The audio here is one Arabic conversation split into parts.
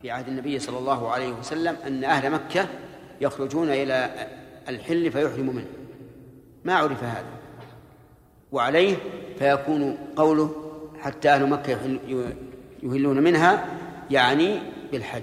في عهد النبي صلى الله عليه وسلم أن أهل مكة يخرجون إلى الحل فيحرموا منه، ما عرف هذا، وعليه فيكون قوله حتى أهل مكة يهلون منها يعني بالحج.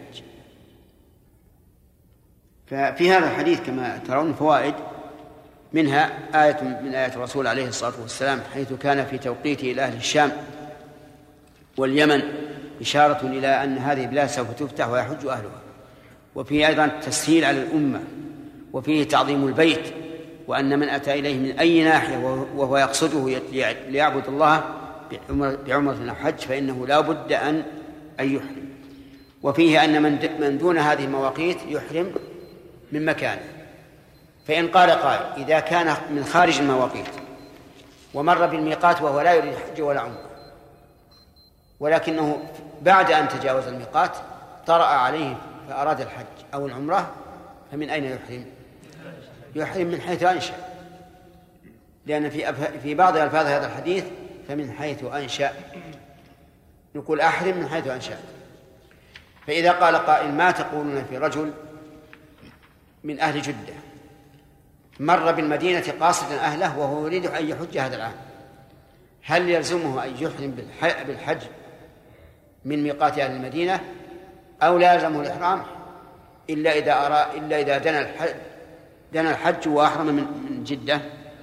ففي هذا الحديث كما ترون فوائد، منها آية من آيات الرسول عليه الصلاة والسلام حيث كان في توقيته إلى أهل الشام واليمن إشارة إلى أن هذه البلاد سوف تفتح ويحج أهلها، وفيه أيضا تسهيل على الأمة، وفيه تعظيم البيت، وأن من أتى إليه من أي ناحية وهو يقصده ليعبد الله بعمرة أو حج فإنه لا بد أن يحرم. وفيه أن من دون هذه المواقيت يحرم من مكانه. فإن قال قائل إذا كان من خارج المواقيت ومر بالميقات وهو لا يريد حج ولا عمره، ولكنه بعد أن تجاوز الميقات طرأ عليه فأراد الحج أو العمرة، فمن أين يحرم؟ يحرم من حيث أنشأ، لأن في بعض ألفاظ هذا الحديث فمن حيث أنشأ، نقول أحرم من حيث أنشأ. فإذا قال قائل ما تقولون في رجل من أهل جدة مر بالمدينة قاصدا أهله وهو يريد أن يحج هذا العام، هل يلزمه أن يحرم بالحج من ميقات أهل المدينة أو لا يلزمه الإحرام إلا إذا دنا الحج وأحرم من جدة؟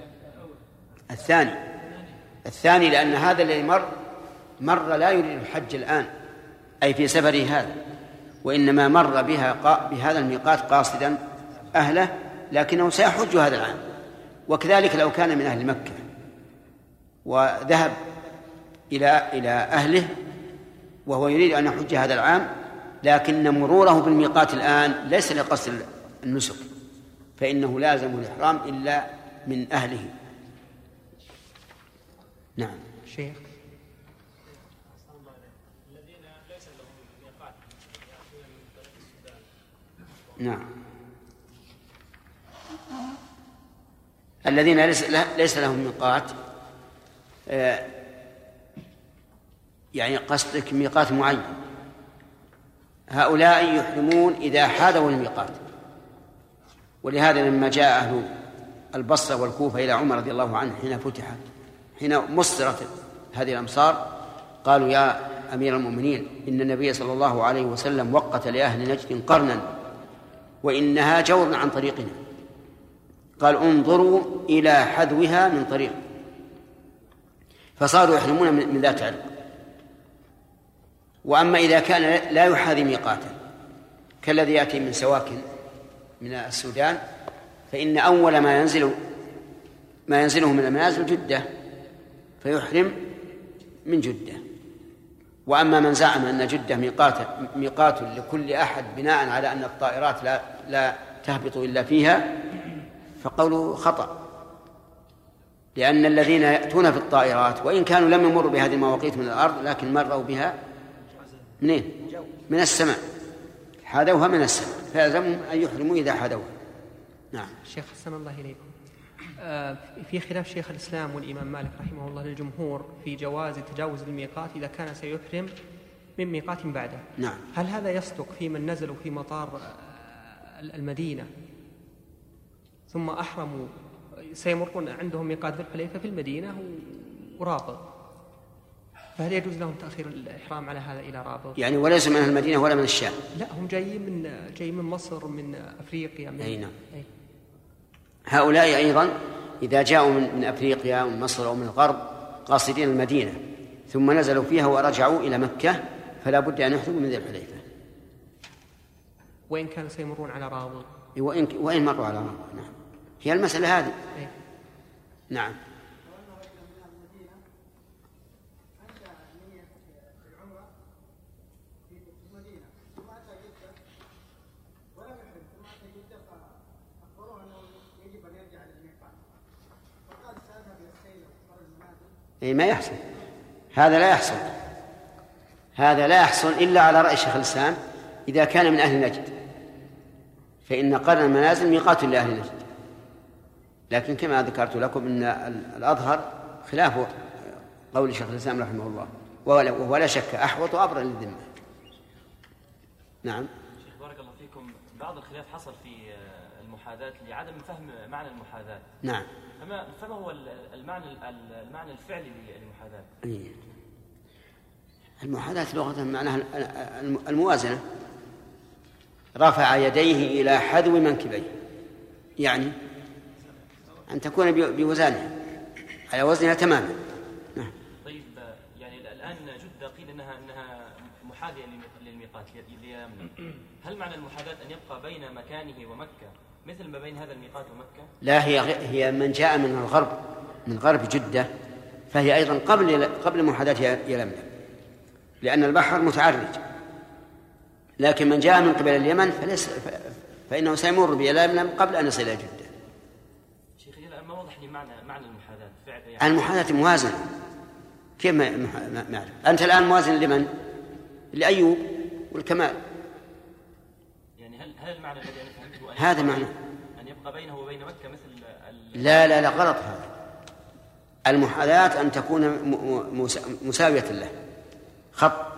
الثاني، لأن هذا الذي مر لا يريد الحج الآن أي في سفره هذا، وإنما مر بهذا الميقات قاصدا أهله، لكنه سيحج هذا العام. وكذلك لو كان من أهل مكة وذهب إلى أهله وهو يريد أن يحج هذا العام، لكن مروره بالميقات الآن ليس لقصد النسك، فإنه لازم الإحرام إلا من أهله. نعم. شيخ، الذين ليس لهم ميقات يأتون من طريق السودان. نعم، الذين ليس لهم ميقات، يعني قصدك ميقات معين، هؤلاء يحرمون إذا حاذوا الميقات. ولهذا لما جاء أهل البصرة والكوفة إلى عمر رضي الله عنه حين مصدرت هذه الأمصار قالوا يا أمير المؤمنين إن النبي صلى الله عليه وسلم وقت لأهل نجد قرنا وإنها جور عن طريقنا، قال انظروا إلى حذوها من طريق، فصاروا يحرمون من ذات علق. وأما إذا كان لا يحاذي ميقاتا كالذي يأتي من سواكن من السودان، فإن أول ما ينزله من المنازل جدة فيحرم من جدة. وأما من زعم أن جدة ميقات لكل أحد بناء على أن الطائرات لا تهبط إلا فيها فقوله خطأ، لأن الذين يأتون في الطائرات وإن كانوا لم يمروا بهذه المواقيت من الأرض لكن مروا بها منين؟ من السماء، حاذوها من السماء، فيلزمهم أن يحرموا إذا حاذوها. نعم. شيخ حسن الله إليكم، في خلاف شيخ الإسلام والإمام مالك رحمه الله للجمهور في جواز تجاوز الميقات إذا كان سيحرم من ميقات بعده. نعم. هل هذا يصدق في من نزلوا في مطار المدينة ثم أحرموا سيمرون عندهم ميقات ذي الحليفة في المدينة ورابط، فهل يجوز لهم تأخير الإحرام على هذا إلى رابط؟ يعني وليس من المدينة ولا من الشام؟ لا، هم جايين من مصر، من أفريقيا، من نعم. هؤلاء أيضا إذا جاءوا من أفريقيا ومن مصر أو من الغرب قاصدين المدينة ثم نزلوا فيها ورجعوا إلى مكة فلا بد أن يحرموا من ذي الحليفة وإن كانوا سيمرون على رابط، وإن مروا على رابط. نعم، هي المسألة هذه. نعم. ما يحصل هذا، لا يحصل إلا على رأي شيخ الإسلام إذا كان من أهل نجد، فإن قرن المنازل ميقات لأهل نجد. لكن كما ذكرت لكم إن الأظهر خلاف قول شيخ الإسلام رحمه الله، ولا شك أحوط وأبرأ للذمة. نعم. شيخ بارك الله فيكم، بعض الخلاف حصل في المحاذاة لعدم فهم معنى المحاذاة. نعم. فما هو المعنى الفعلي للمحاذاة؟ المحاذاة لغة معناها الموازنة، رفع يديه إلى حذو منكبيه، يعني أن تكون بوزانها على وزنها تماما. نعم. طيب يعني الآن جدة قيل أنها محاذية للميقات ليمن، هل معنى المحاذاة أن يبقى بين مكانه ومكة مثل ما بين هذا الميقات ومكة؟ لا، هي من جاء من الغرب، من غرب جدة، فهي أيضا قبل محاذاة يلملم، لأن البحر متعرج. لكن من جاء من قبل اليمن فإنه سيمر بيلملم قبل أن يصل إلى جدة. شيخ ما وضح لي معنى المحاذاة يعني. المحاذاة موازنة. كيف ما أنت الآن موازن لمن؟ لأيوب والكمال. يعني هل المعنى الذي أنا فهمته هذا معنى أن يبقى بينه وبين مكة مثل لا غلط هذا. المحاذاة أن تكون مساوية له، خط.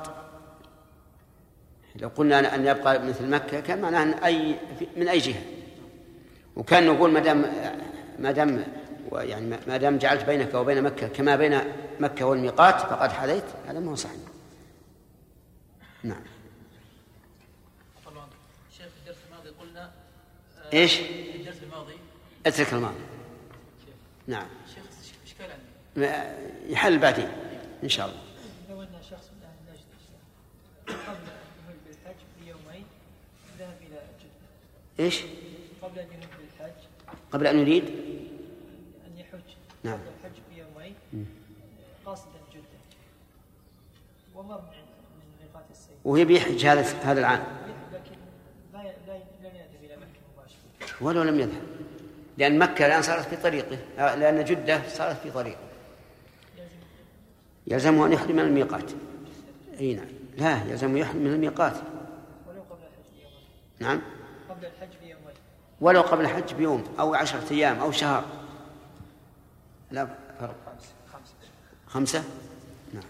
لو قلنا أن يبقى مثل مكة كان معناه من أي جهة، وكان نقول ما دام جعلت بينك وبين مكة كما بين مكة والميقات فقد حذيت، هذا ما هو صحيح. نعم. شيخ في الدرس الماضي قلنا ايش؟ في الدرس الماضي اترك الماضي. نعم. شيخ اشكال عندي يحل بعدين ان شاء الله. لو ان شخص من اهل نجد قبل الذهاب بالحج بيومين ذهب الى جدة. ايش؟ قبل ان يذهب بالحج، قبل ان يريد ان يحج. نعم. قبل الحج بيومين قاصدا جدة، ومر من ميقات السيد وهي بيحج هذا العام، لكن لم يذهب الى مكة مباشرة ولو لم يذهب، لأن مكة الآن صارت في طريقه، لأن جدة صارت في طريقه، يلزمه أن يحرم من الميقات. أي نعم. لا، يلزمه يحرم من الميقات ولو قبل الحج بيومين. نعم. قبل الحج بيومين، ولو قبل الحج بيوم أو 10 أيام أو شهر، لا فرق. 5. نعم.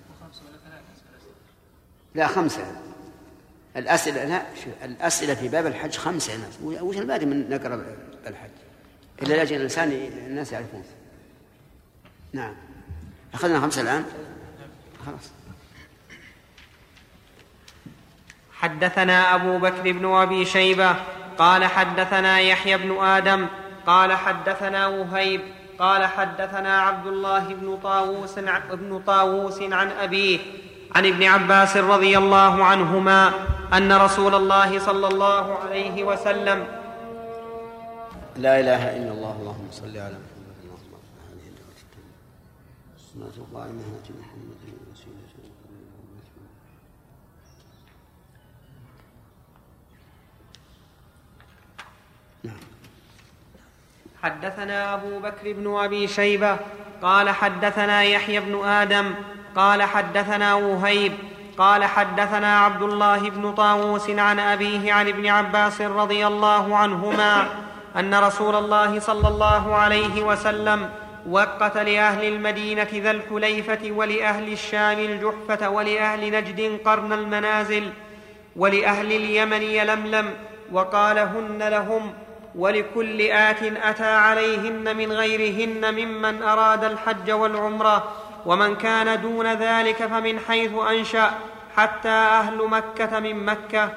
لا 5. الأسئلة لا، الأسئلة في باب الحج 5 ناس. وش البادئ من نقرأ الحج إلا لأجل الناس يعرفون. نعم. أخذنا 5 الآن. خلاص. حدثنا أبو بكر بن أبي شيبة قال حدثنا يحيى بن آدم قال حدثنا وهيب قال حدثنا عبد الله بن طاووس عن أبيه عن ابن عباس رضي الله عنهما أن رسول الله صلى الله عليه وسلم. لا إله إلا الله. اللهم صل على محمد. اللهم ارفع هذه الصلاة القائمة هات محمد وسيلة. نعم. حدثنا أبو بكر بن أبي شيبة قال حدثنا يحيى بن آدم قال حدثنا وهيب قال حدثنا عبد الله بن طاووس عن أبيه عن ابن عباس رضي الله عنهما أن رسول الله صلى الله عليه وسلم وقت لأهل المدينة ذا الحليفة ولأهل الشام الجحفة ولأهل نجد قرن المنازل ولأهل اليمن يلملم وقالهن لهم ولكل آت أتى عليهن من غيرهن ممن أراد الحج والعمرة ومن كان دون ذلك فمن حيث أنشأ حتى أهل مكة من مكة.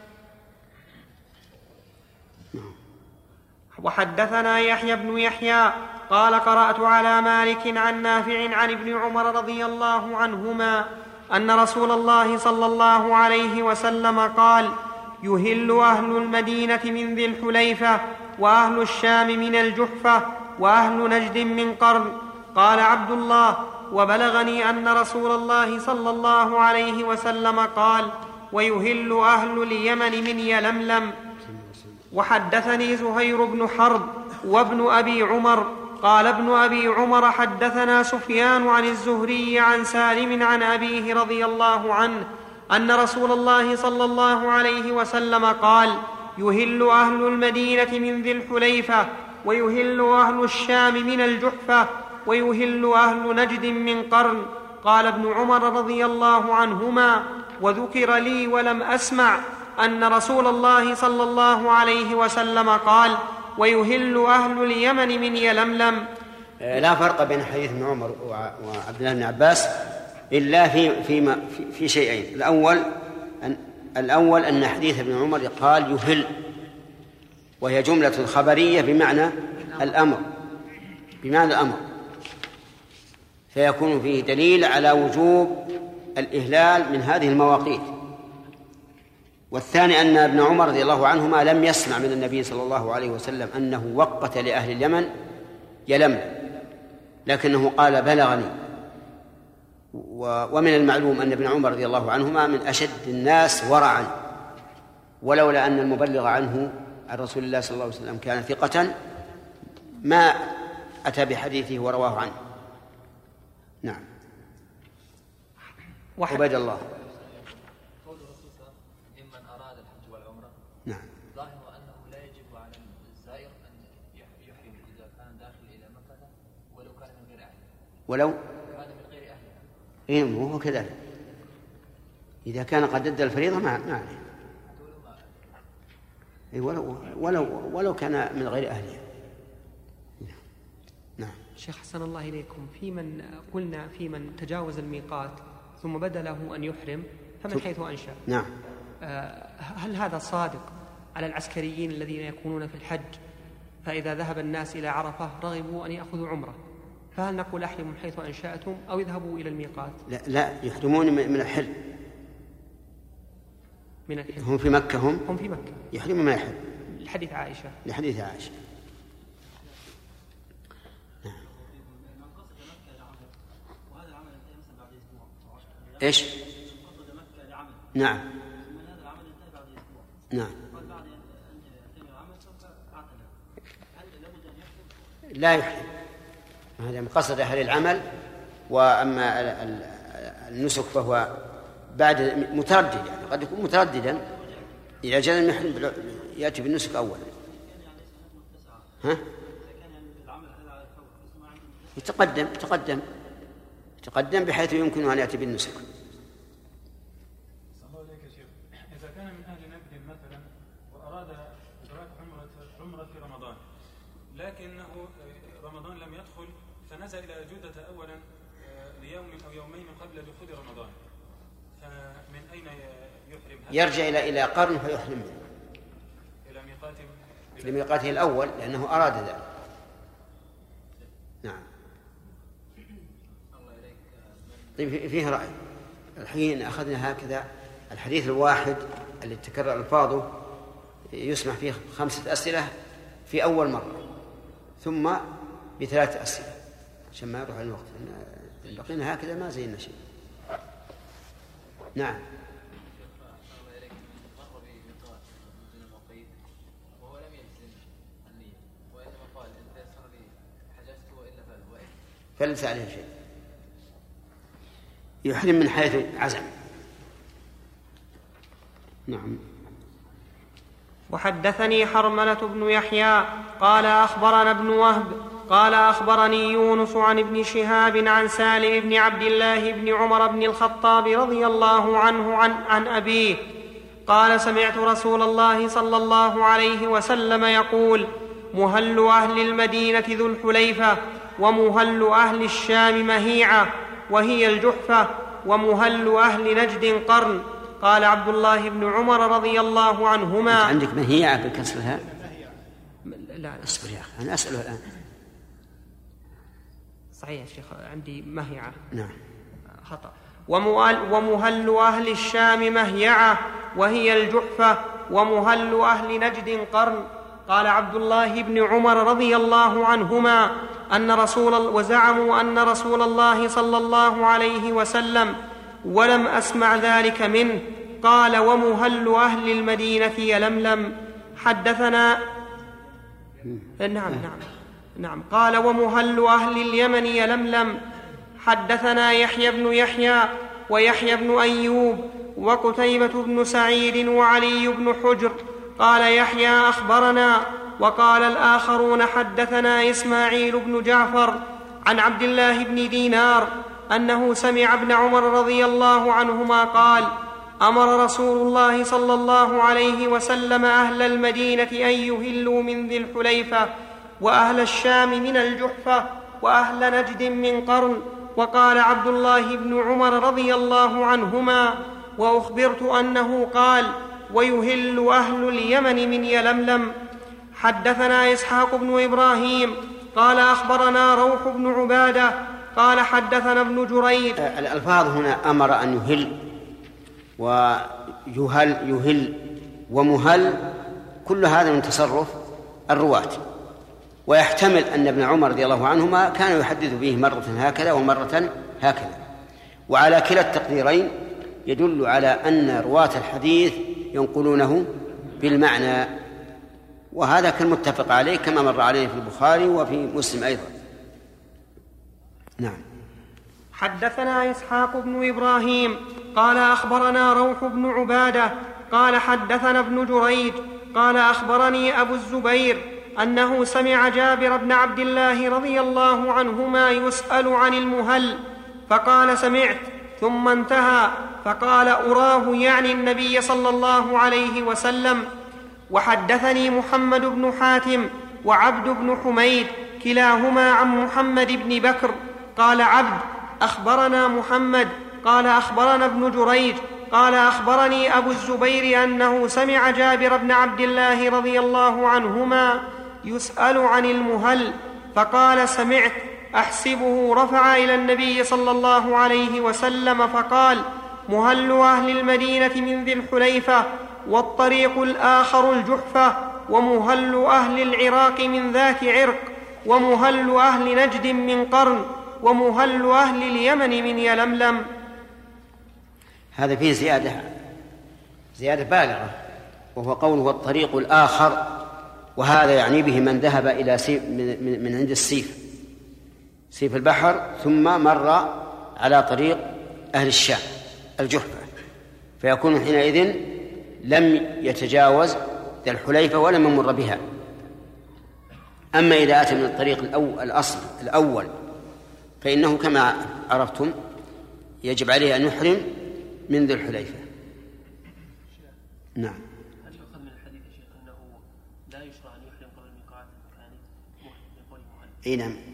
وحدثنا يحيى بن يحيى قال قرأت على مالك عن نافع عن ابن عمر رضي الله عنهما أن رسول الله صلى الله عليه وسلم قال يهل أهل المدينة من ذي الحليفة وأهل الشام من الجحفة وأهل نجد من قرن. قال عبد الله وبلغني أن رسول الله صلى الله عليه وسلم قال ويهل أهل اليمن من يلملم. وحدثني زهير بن حرب وابن أبي عمر قال ابن أبي عمر حدثنا سفيان عن الزهري عن سالم عن أبيه رضي الله عنه أن رسول الله صلى الله عليه وسلم قال يهل أهل المدينة من ذي الحليفة ويهل أهل الشام من الجحفة ويهل أهل نجد من قرن. قال ابن عمر رضي الله عنهما وذكر لي ولم أسمع أن رسول الله صلى الله عليه وسلم قال: ويهل أهل اليمن من يلملم. لا فرق بين حديث ابن عمر وعبد الله بن عباس إلا في شيئين. الأول أن حديث ابن عمر قال يهل، وهي جملة خبرية بمعنى الأمر، فيكون فيه دليل على وجوب الإهلال من هذه المواقيت. والثاني أن ابن عمر رضي الله عنهما لم يسمع من النبي صلى الله عليه وسلم أنه وقت لأهل اليمن يلملم، لكنه قال بلغني. ومن المعلوم أن ابن عمر رضي الله عنهما من أشد الناس ورعا، ولولا أن المبلغ عنه عن رسول الله صلى الله عليه وسلم كان ثقة ما أتى بحديثه ورواه عنه. نعم. عبيد الله. قول الرسول صلى الله عليه وسلم ممن أراد الحج والعمرة، نعم. ظاهر أنه لا يجب على الزائر أن يحرم إذا كان داخل إلى مكة ولو كان من غير أهله. ولو كان من غير أهله. إيه، هو كذلك. إذا كان قد أدى الفريضة ما عليه. إيه، ولو كان من غير أهله. نعم. شيخ حسن الله إليكم، في من تجاوز الميقات ثم بدا له أن يحرم فمن حيث أنشأ. نعم. هل هذا صادق على العسكريين الذين يكونون في الحج، فإذا ذهب الناس إلى عرفة رغبوا أن يأخذوا عمرة، فهل نقول أحرموا من حيث أنشأتم أو يذهبوا إلى الميقات؟ لا، يحرمون من الحل. هم في مكة، هم في مكة يحرموا من الحل. لحديث عائشة. إيش؟ قصد مكة لعمل. نعم. من هذا العمل ينتهي بعد أسبوع. نعم. قال بعد أن يتم العمل سوف أعتمر. هل لابد أن يحرم؟ لا يحرم، هذا من قصد أهل العمل. وأما النسك فهو بعد متردد، يعني قد يكون مترددا إذا جاء المحرم يأتي بالنسك أولا. ها؟ يتقدم بحيث يمكن أن يأتي بالنسك. الله عليك يا شيخ، إذا كان من أهل نجد مثلا وأراد إدراك عمرة في رمضان، لكنه رمضان لم يدخل فنزل إلى جدة أولا ليوم أو يومين قبل دخول رمضان، فمن أين يحرم؟ يرجع إلى قرن فيحرم منه إلى ميقاته الأول لأنه أراد ذلك. نعم. طيب، فيه رأي. الحين أخذنا هكذا الحديث الواحد اللي تكرر ألفاظه يسمع فيه 5 أسئلة في أول مرة، ثم ب3 أسئلة عشان ما يروح الوقت. بقينا هكذا ما زينا شيء. نعم. فليس عليه شيء، يحرم من حيث عزم. نعم. وحدثني حرملة بن يحيى قال أخبرنا ابن وهب قال أخبرني يونس عن ابن شهاب عن سالم بن عبد الله بن عمر بن الخطاب رضي الله عنه عن أبيه قال: سمعت رسول الله صلى الله عليه وسلم يقول: مهل أهل المدينة ذو الحليفة، ومهل أهل الشام مهيعة وهي الجحفة، ومهل أهل نجد قرن. قال عبد الله بن عمر رضي الله عنهما: عندك مهيعة بكسرها؟ لا، اصبر يا أخي، أنا أسأله الآن. صحيح يا شيخ، عندي مهيعة. نعم، خطأ. ومهل أهل الشام مهيعة وهي الجحفة، ومهل أهل نجد قرن. قال عبد الله بن عمر رضي الله عنهما وزعموا أن رسول الله صلى الله عليه وسلم، ولم أسمع ذلك منه، قال: ومهل أهل المدينة يلملم. حدثنا نعم قال: ومهل أهل اليمن يلملم. حدثنا يحيى بن يحيى ويحيى بن أيوب وقتيبة بن سعيد وعلي بن حجر. قال يحيى: أخبرنا. وقال الآخرون: حدثنا إسماعيل بن جعفر عن عبد الله بن دينار أنه سمع ابن عمر رضي الله عنهما قال: أمر رسول الله صلى الله عليه وسلم أهل المدينة أن يهلوا من ذي الحليفة، وأهل الشام من الجحفة، وأهل نجد من قرن. وقال عبد الله بن عمر رضي الله عنهما: وأخبرت أنه قال: ويهل أهل اليمن من يلملم. حدثنا إسحاق بن إبراهيم قال أخبرنا روح بن عبادة قال حدثنا ابن جريج. الألفاظ هنا أمر أن يهل ويهل ومهل، كل هذا من تصرف الرواة، ويحتمل أن ابن عمر رضي الله عنهما كان يحدث به مرة هكذا ومرة هكذا، وعلى كلا التقديرين يدل على أن رواة الحديث ينقلونه بالمعنى، وهذا كان متفق عليه كما مر عليه في البخاري وفي مسلم أيضا. نعم. حدثنا إسحاق بن إبراهيم قال أخبرنا روح بن عبادة قال حدثنا ابن جريج قال أخبرني أبو الزبير أنه سمع جابر بن عبد الله رضي الله عنهما يسأل عن المهل، فقال: سمعت، ثم انتهى، فقال: أراه يعني النبي صلى الله عليه وسلم. وحدثني محمد بن حاتم وعبد بن حميد كلاهما عن محمد بن بكر. قال عبد: أخبرنا محمد قال أخبرنا ابن جريج قال أخبرني أبو الزبير أنه سمع جابر بن عبد الله رضي الله عنهما يسأل عن المهل، فقال: سمعت، أحسبه رفع إلى النبي صلى الله عليه وسلم فقال: مهل أهل المدينة من ذي الحليفة، والطريق الآخر الجحفة، ومهل أهل العراق من ذات عرق، ومهل أهل نجد من قرن، ومهل أهل اليمن من يلملم. هذا فيه زيادة بالغة، وهو قوله والطريق الآخر، وهذا يعني به من ذهب إلى من عند سيف البحر ثم مر على طريق أهل الشام الجحفة، فيكون حينئذ لم يتجاوز ذا الحليفة ولم يمر بها. أما إذا أتى من الطريق الأول فإنه كما عرفتم يجب عليه أن يحرم من ذي الحليفة. نعم. هل يؤخذ من الحديث يا شيخ أنه لا يشرع أن يحرم قبل الميقات المكاني يقول مهل؟ أي نعم.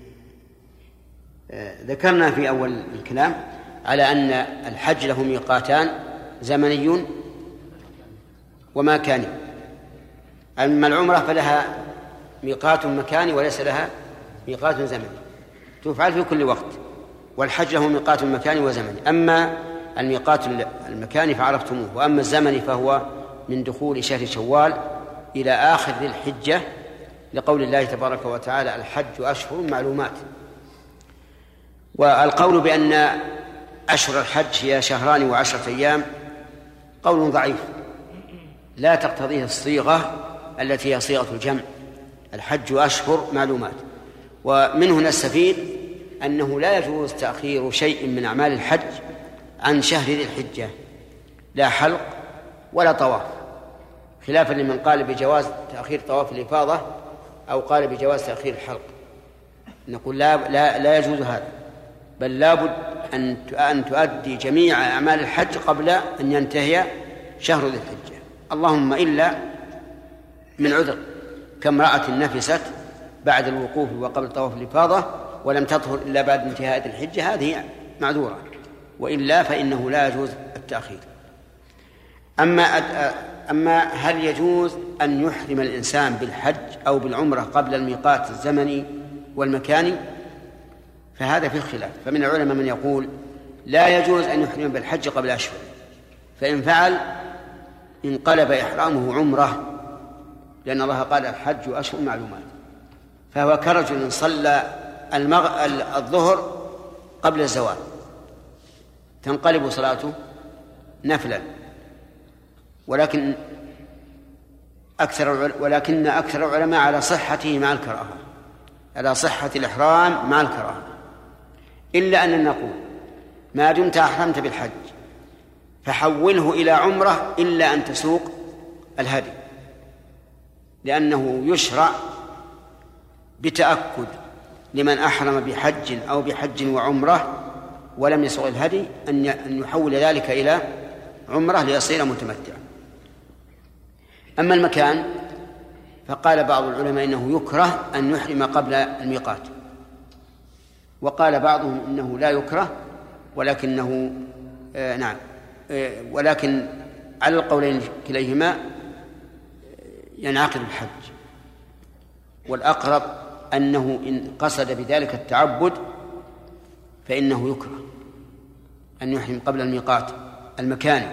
ذكرنا في أول الكلام على أن الحج له ميقاتان، زمني ومكاني. أما العمرة فلها ميقات مكاني وليس لها ميقات زمني، تفعل في كل وقت، والحج له ميقات مكاني وزمني. أما الميقات المكاني فعرفتموه، وأما الزمني فهو من دخول شهر شوال إلى آخر ذي الحجة، لقول الله تبارك وتعالى: الحج أشهر معلومات. والقول بأن أشهر الحج هي 2 و10 أيام قول ضعيف، لا تقتضيه الصيغة التي هي صيغة الجمع، الحج أشهر معلومات. ومنه نستفيد أنه لا يجوز تأخير شيء من أعمال الحج عن شهر ذي الحجة، لا حلق ولا طواف، خلافا لمن قال بجواز تأخير طواف الإفاضة أو قال بجواز تأخير الحلق. نقول لا يجوز هذا، بل لابد أن تؤدي جميع أعمال الحج قبل أن ينتهي شهر ذي الحجة، اللهم إلا من عذر، كامرأة نفست بعد الوقوف وقبل طواف الإفاضة ولم تطهر إلا بعد انتهاء ذي الحجة، هذه معذورة، وإلا فإنه لا يجوز التأخير. أما هل يجوز أن يحرم الإنسان بالحج أو بالعمرة قبل الميقات الزمني والمكاني؟ فهذا فيه خلاف، فمن العلماء من يقول لا يجوز أن يحرم بالحج قبل أشهر، فإن فعل انقلب إحرامه عمره، لأن الله قال: الحج أشهر معلومات. فهو كرجل صلى الظهر قبل الزوال تنقلب صلاته نفلا، ولكن أكثر العلماء على صحته مع الكراهة، على صحة الإحرام مع الكراهة، إلا أن نقول ما دمت أحرمت بالحج فحوله إلى عمره إلا أن تسوق الهدي، لأنه يشرع بتأكد لمن أحرم بحج أو بحج وعمرة ولم يسوق الهدي أن يحول ذلك إلى عمرة ليصير متمتعا. أما المكان فقال بعض العلماء إنه يكره أن يحرم قبل الميقات، وقال بعضهم إنه لا يكره ولكنه ولكن على القولين كليهما ينعقد الحج، والأقرب أنه إن قصد بذلك التعبد فإنه يكره أن يحرم قبل الميقات المكاني.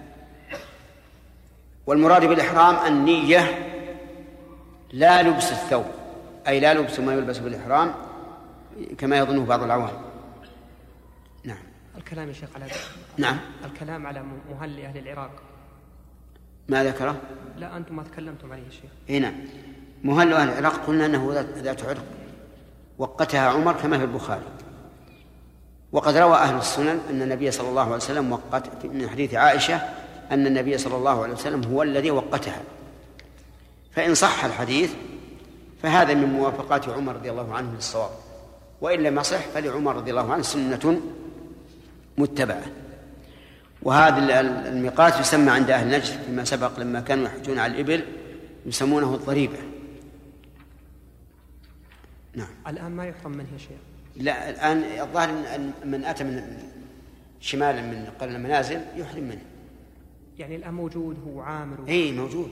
والمراد بالإحرام النية لا لبس الثوب، أي لا لبس ما يلبس بالإحرام كما يظنه بعض العوام. نعم. الكلام يا شيخ على نعم. الكلام على مهل أهل العراق ما ذكره؟ لا أنتم ما تكلمتم عليه يا شيخ. هنا مهل أهل العراق قلنا أنه ذات عرق وقتها عمر كما في البخاري، وقد روى أهل السنن أن النبي صلى الله عليه وسلم وقت من حديث عائشة أن النبي صلى الله عليه وسلم هو الذي وقتها، فإن صح الحديث فهذا من موافقات عمر رضي الله عنه للصواب، وإن لم يصح فلعمر رضي الله عنه سنة متبعة. وهذا الميقات يسمى عند أهل نجد فيما سبق لما كانوا يحجون على الإبل يسمونه الضريبة. نعم. الآن ما يحرم منه يا شيخ؟ لا، الآن الظاهر أن من أتى من شمالا من قرن المنازل يحرم منه. يعني الآن موجود هو عامر إيه موجود.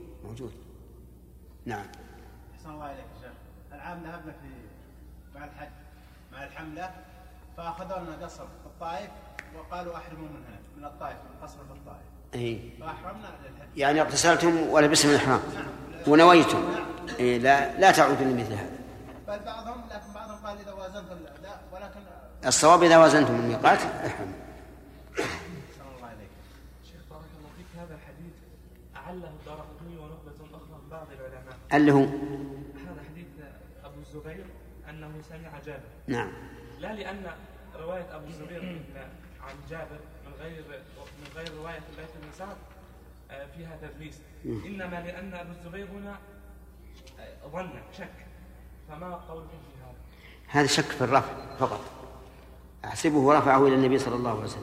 نعم. أحسن الله إليك يا شيخ. العام ذهبنا في مع الحج مع الحملة فأخذوا لنا قصر في الطائف وقالوا أحرموا من هنا من الطائف من قصر في الطائف. إيه. فأحرمنا للحج. يعني اغتسلتم ولبستم الإحرام ونويتم. إيه لا تعودوا لمثل هذا. بل بعضهم لكن بعضهم قال إذا وازنتم لا ولكن الصواب إذا وازنتم الميقات احرموا. أحسن الله إليك. شيخ بارك الله فيك، هذا الحديث أعله الدارقطني ونخبة أخرى من بعض العلماء. اللي هو هذا حديث أبو الزبير أنه سمع جابر. نعم. لا لأن رواية أبو الزبير عن جابر من غير رواية الليث بن سعد فيها تدليس، إنما لأن أبو الزبير هنا ظن شك. فما قولكم في هذا؟ هذا شك في الرفع فقط، أحسبه رفعه إلى النبي صلى الله عليه وسلم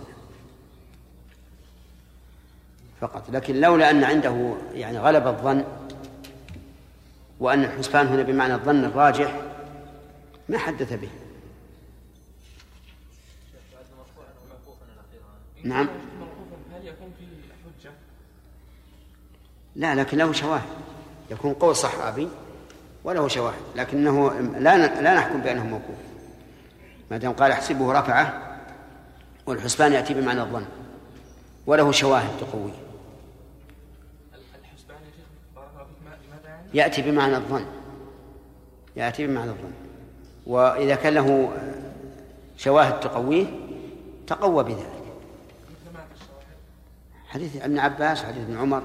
فقط، لكن لولا أن عنده يعني غلب الظن وأن الحسبان هنا بمعنى الظن الراجح ما حدث به. نعم. هل يكون فيه حجة؟ لا، لكن له شواهد، يكون قول صحابي وله شواهد، لكنه لا نحكم بأنه موقوف ما دام قال احسبه رفعه، والحسبان يأتي بمعنى الظن وله شواهد تقويه. الحسبان يا شيخ بارك الله فيك ماذا يعني؟ يأتي بمعنى الظن، وإذا كان له شواهد تقويه تقوى بذلك. حديث ابن عباس، حديث ابن عمر.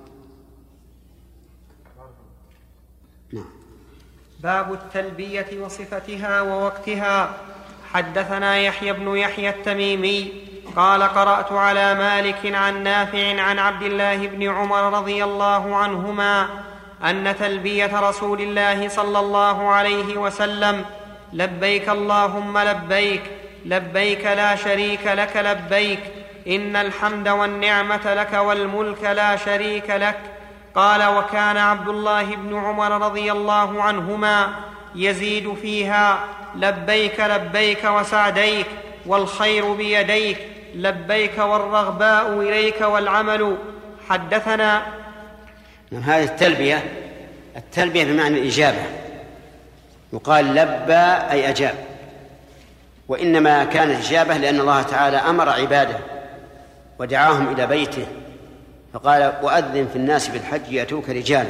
نعم. باب التلبية وصفتها ووقتها. حدثنا يحيى بن يحيى التميمي قال قرأت على مالك عن نافع عن عبد الله بن عمر رضي الله عنهما أن تلبية رسول الله صلى الله عليه وسلم لبيك اللهم لبيك لبيك لا شريك لك لبيك إن الحمد والنعمة لك والملك لا شريك لك. قال وكان عبد الله بن عمر رضي الله عنهما يزيد فيها لبيك لبيك وسعديك والخير بيديك لبيك والرغباء إليك والعمل. حدثنا. هذه التلبية بمعنى الإجابة، يقال لبى أي أجاب، وإنما كانت إجابة لأن الله تعالى أمر عباده ودعاهم إلى بيته فقال وأذن في الناس بالحج يأتوك رجالا،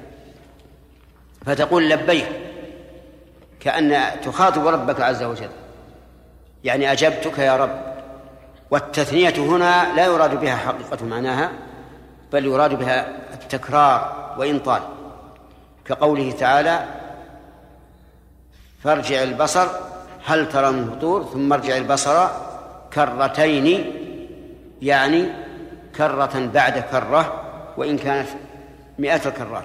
فتقول لبيك كأن تخاطب ربك عز وجل، يعني أجبتك يا رب. والتثنية هنا لا يراد بها حقيقة معناها، بل يراد بها التكرار وإن طال، كقوله تعالى فارجع البصر هل ترى من فطور ثم ارجع البصر كرتين، يعني كرة بعد كرة وإن كانت 100 كرات.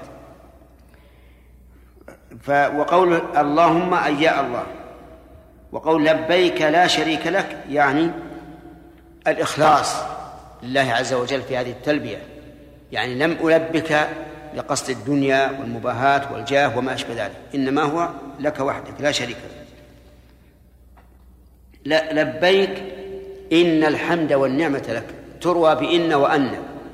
وقول اللهم أي يا الله، وقول لبيك لا شريك لك يعني الإخلاص لله عز وجل في هذه التلبية، يعني لم ألبك لقصد الدنيا والمباهات والجاه وما أشبه ذلك، إنما هو لك وحدك لا شريك لك. لا لبيك إن الحمد والنعمة لك تروى بإن وأن،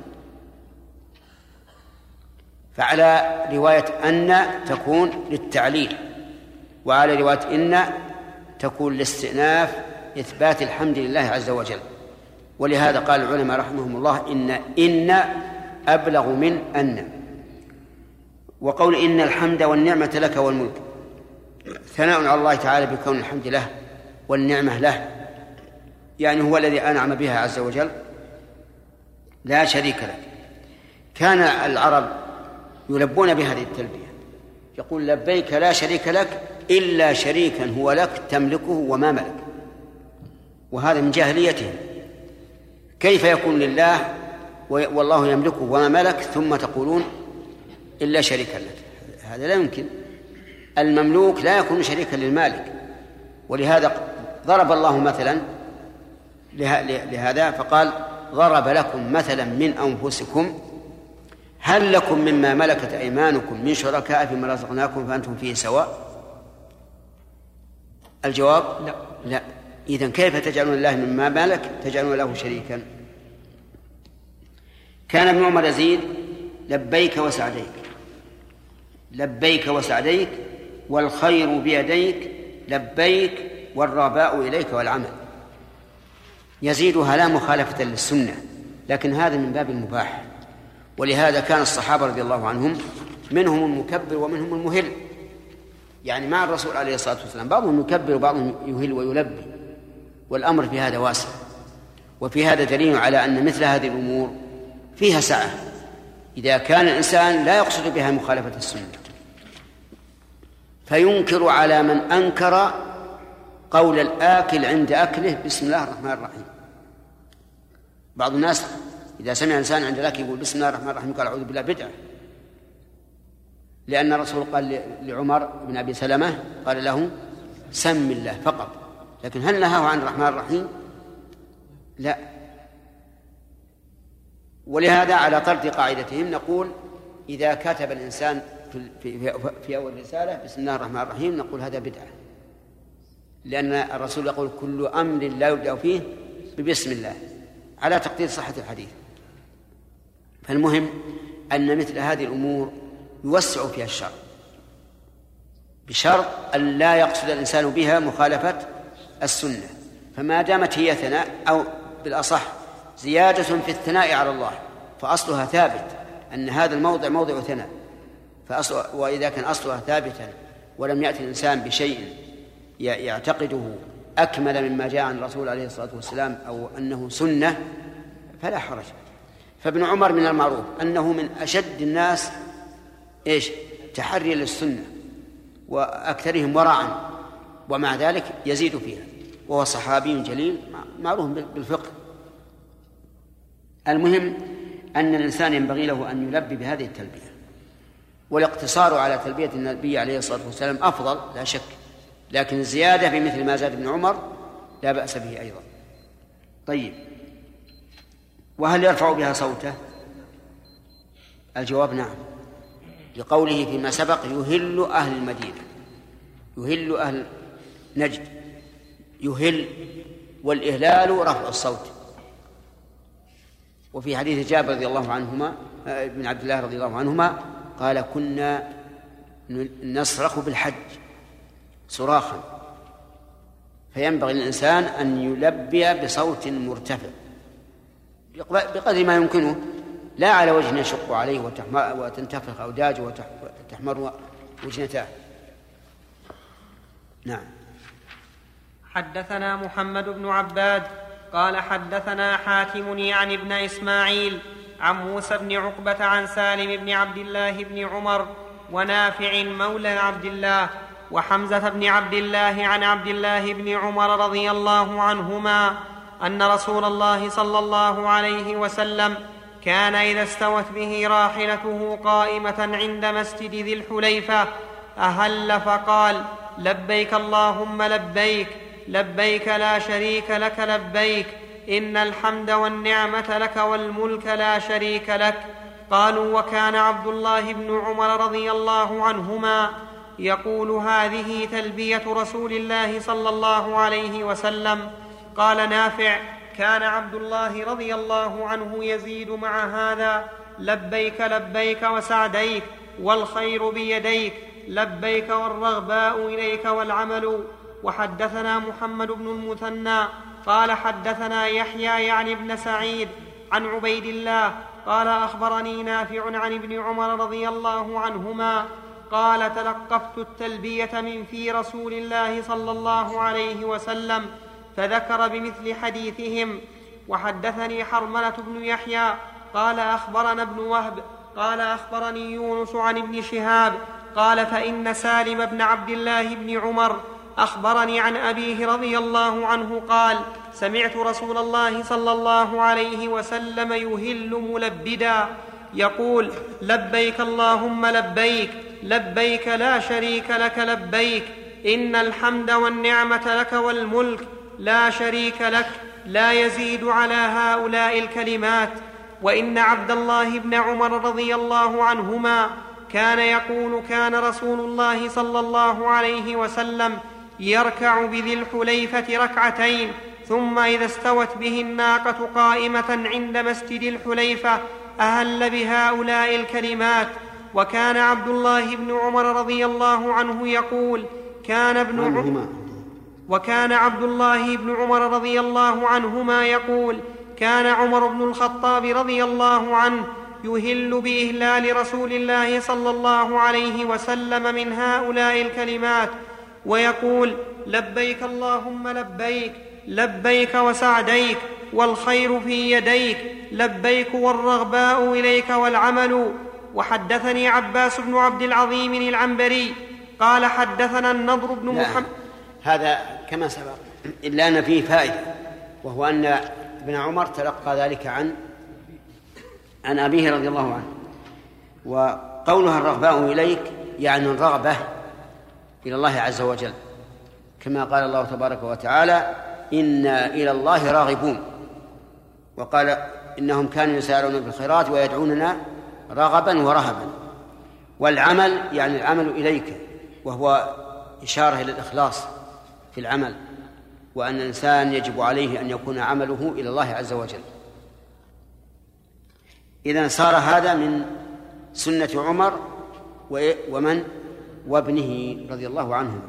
فعلى رواية أن تكون للتعليل، وعلى رواية إن تكون لاستئناف إثبات الحمد لله عز وجل. ولهذا قال العلماء رحمهم الله إن أبلغ من أن. وقول إن الحمد والنعمة لك والملك ثناء على الله تعالى بكون الحمد له والنعمة له، يعني هو الذي أنعم بها عز وجل لا شريك له. كان العرب يلبون بهذه التلبية، يقول لبيك لا شريك لك إلا شريكا هو لك تملكه وما ملك، وهذا من جاهليتهم. كيف يكون لله والله يملكه وما ملك ثم تقولون إلا شريكا لك؟ هذا لا يمكن. المملوك لا يكون شريكا للمالك، ولهذا ضرب الله مثلا لهذا فقال ضرب لكم مثلا من أنفسكم هل لكم مما ملكت أيمانكم من شركاء فيما رزقناكم فأنتم فيه سواء؟ الجواب لا. إذن كيف تجعلون الله مما ملك تجعلون له شريكا؟ كان ابن عمر يزيد لبيك وسعديك، لبيك وسعديك والخير بيديك لبيك والرباء إليك والعمل. يزيدها لا مخالفة للسنة، لكن هذا من باب المباح. ولهذا كان الصحابة رضي الله عنهم منهم المكبر ومنهم المهل، يعني مع الرسول عليه الصلاة والسلام بعضهم يكبر وبعضهم يهل ويلبي، والأمر في هذا واسع. وفي هذا دليل على أن مثل هذه الأمور فيها سعة إذا كان الإنسان لا يقصد بها مخالفة السنة. فينكر على من أنكر قول الآكل عند أكله بسم الله الرحمن الرحيم. بعض الناس إذا سمع إنسان عند الأكل يقول بسم الله الرحمن الرحيم قال أعوذ بالله بدعة، لأن الرسول قال لعمر بن أبي سلمة قال له سم الله فقط، لكن هل نهاه عن الرحمن الرحيم؟ لا. ولهذا على طرد قاعدتهم نقول إذا كتب الإنسان في أول رسالة بسم الله الرحمن الرحيم نقول هذا بدعة، لأن الرسول يقول كل أمر لا يبدأ فيه ببسم الله على تقدير صحة الحديث. فالمهم أن مثل هذه الأمور يوسع فيها الشرع بشرط أن لا يقصد الإنسان بها مخالفة السنة. فما دامت هي ثناء أو بالأصح زيادة في الثناء على الله فأصلها ثابت أن هذا الموضع موضع ثناء، وإذا كان أصلها ثابتا ولم يأتي الإنسان بشيء يعتقده أكمل مما جاء عن الرسول عليه الصلاة والسلام أو أنه سنة فلا حرج. فابن عمر من المعروف أنه من أشد الناس تحري للسنة وأكثرهم ورعا، ومع ذلك يزيد فيها، وهو صحابي جليل معروف بالفقه. المهم أن الإنسان ينبغي له أن يلبي بهذه التلبية، والاقتصار على تلبية النبي عليه الصلاة والسلام أفضل لا شك، لكن الزيادة بمثل ما زاد ابن عمر لا بأس به أيضا. طيب، وهل يرفع بها صوته؟ الجواب نعم، لقوله فيما سبق يهل أهل المدينة، يهل أهل نجد، يهل، والإهلال رفع الصوت. وفي حديث جابر رضي الله عنهما ابن عبد الله رضي الله عنهما قال كنا نصرخ بالحج صراخا، فينبغي للإنسان أن يلبي بصوت مرتفع بقدر ما يمكنه، لا على وجه يشق عليه وتنتفخ أوداجه وتحمر وجنتاه. نعم. حدثنا محمد بن عباد قال حدثنا حاتم يعني ابن إسماعيل عن موسى بن عقبة عن سالم بن عبد الله بن عمر ونافع مولى عبد الله وحمزة بن عبد الله عن عبد الله بن عمر رضي الله عنهما أن رسول الله صلى الله عليه وسلم كان إذا استوت به راحلته قائمة عند مسجد ذي الحليفة أهل فقال لبيك اللهم لبيك لبيك لا شريك لك لبيك إن الحمد والنعمة لك والملك لا شريك لك. قالوا: وكان عبد الله بن عمر رضي الله عنهما يقول هذه تلبية رسول الله صلى الله عليه وسلم. قال نافع: كان عبد الله رضي الله عنه يزيد مع هذا: لبيك لبيك وسعديك والخير بيديك، لبيك والرغباء إليك والعمل. وحدثنا محمد بن المثنى قال حدثنا يحيى يعني بن سعيد عن عبيد الله قال أخبرني نافع عن ابن عمر رضي الله عنهما قال: تلقفت التلبية من في رسول الله صلى الله عليه وسلم، فذكر بمثل حديثهم. وحدثني حرملة بن يحيى قال أخبرنا ابن وهب قال أخبرني يونس عن ابن شهاب قال: فإن سالم بن عبد الله بن عمر أخبرني عن أبيه رضي الله عنه قال: سمعت رسول الله صلى الله عليه وسلم يهل ملبدا يقول: لبيك اللهم لبيك، لبيك لا شريك لك لبيك، إن الحمد والنعمة لك والملك لا شريك لك، لا يزيد على هؤلاء الكلمات. وإن عبد الله بن عمر رضي الله عنهما كان يقول: كان رسول الله صلى الله عليه وسلم يركع بذي الحليفة ركعتين، ثم إذا استوت به الناقة قائمة عند مسجد الحليفة أهل بهؤلاء الكلمات. وكان عبد الله بن عمر رضي الله عنه يقول: وكان عبد الله بن عمر رضي الله عنهما يقول: كان عمر بن الخطاب رضي الله عنه يهل بإهلال رسول الله صلى الله عليه وسلم من هؤلاء الكلمات، ويقول: لبيك اللهم لبيك، لبيك وسعديك والخير في يديك، لبيك والرغباء إليك والعمل. وحدثني عباس بن عبد العظيم العنبري قال: حدثنا النضر بن محمد. هذا كما سبق، إلا أن فيه فائدة، وهو أن ابن عمر تلقى ذلك عن أبيه رضي الله عنه. وقولها الرغباء إليك يعني الرغبة إلى الله عز وجل، كما قال الله تبارك وتعالى: إنا إلى الله راغبون. وقال: إنهم كانوا يسارعون بالخيرات ويدعوننا رغبا ورهبا. والعمل يعني العمل إليك، وهو إشارة إلى الإخلاص في العمل، وأن الإنسان يجب عليه أن يكون عمله إلى الله عز وجل. إذن صار هذا من سنة عمر ومن وابنه رضي الله عنهم.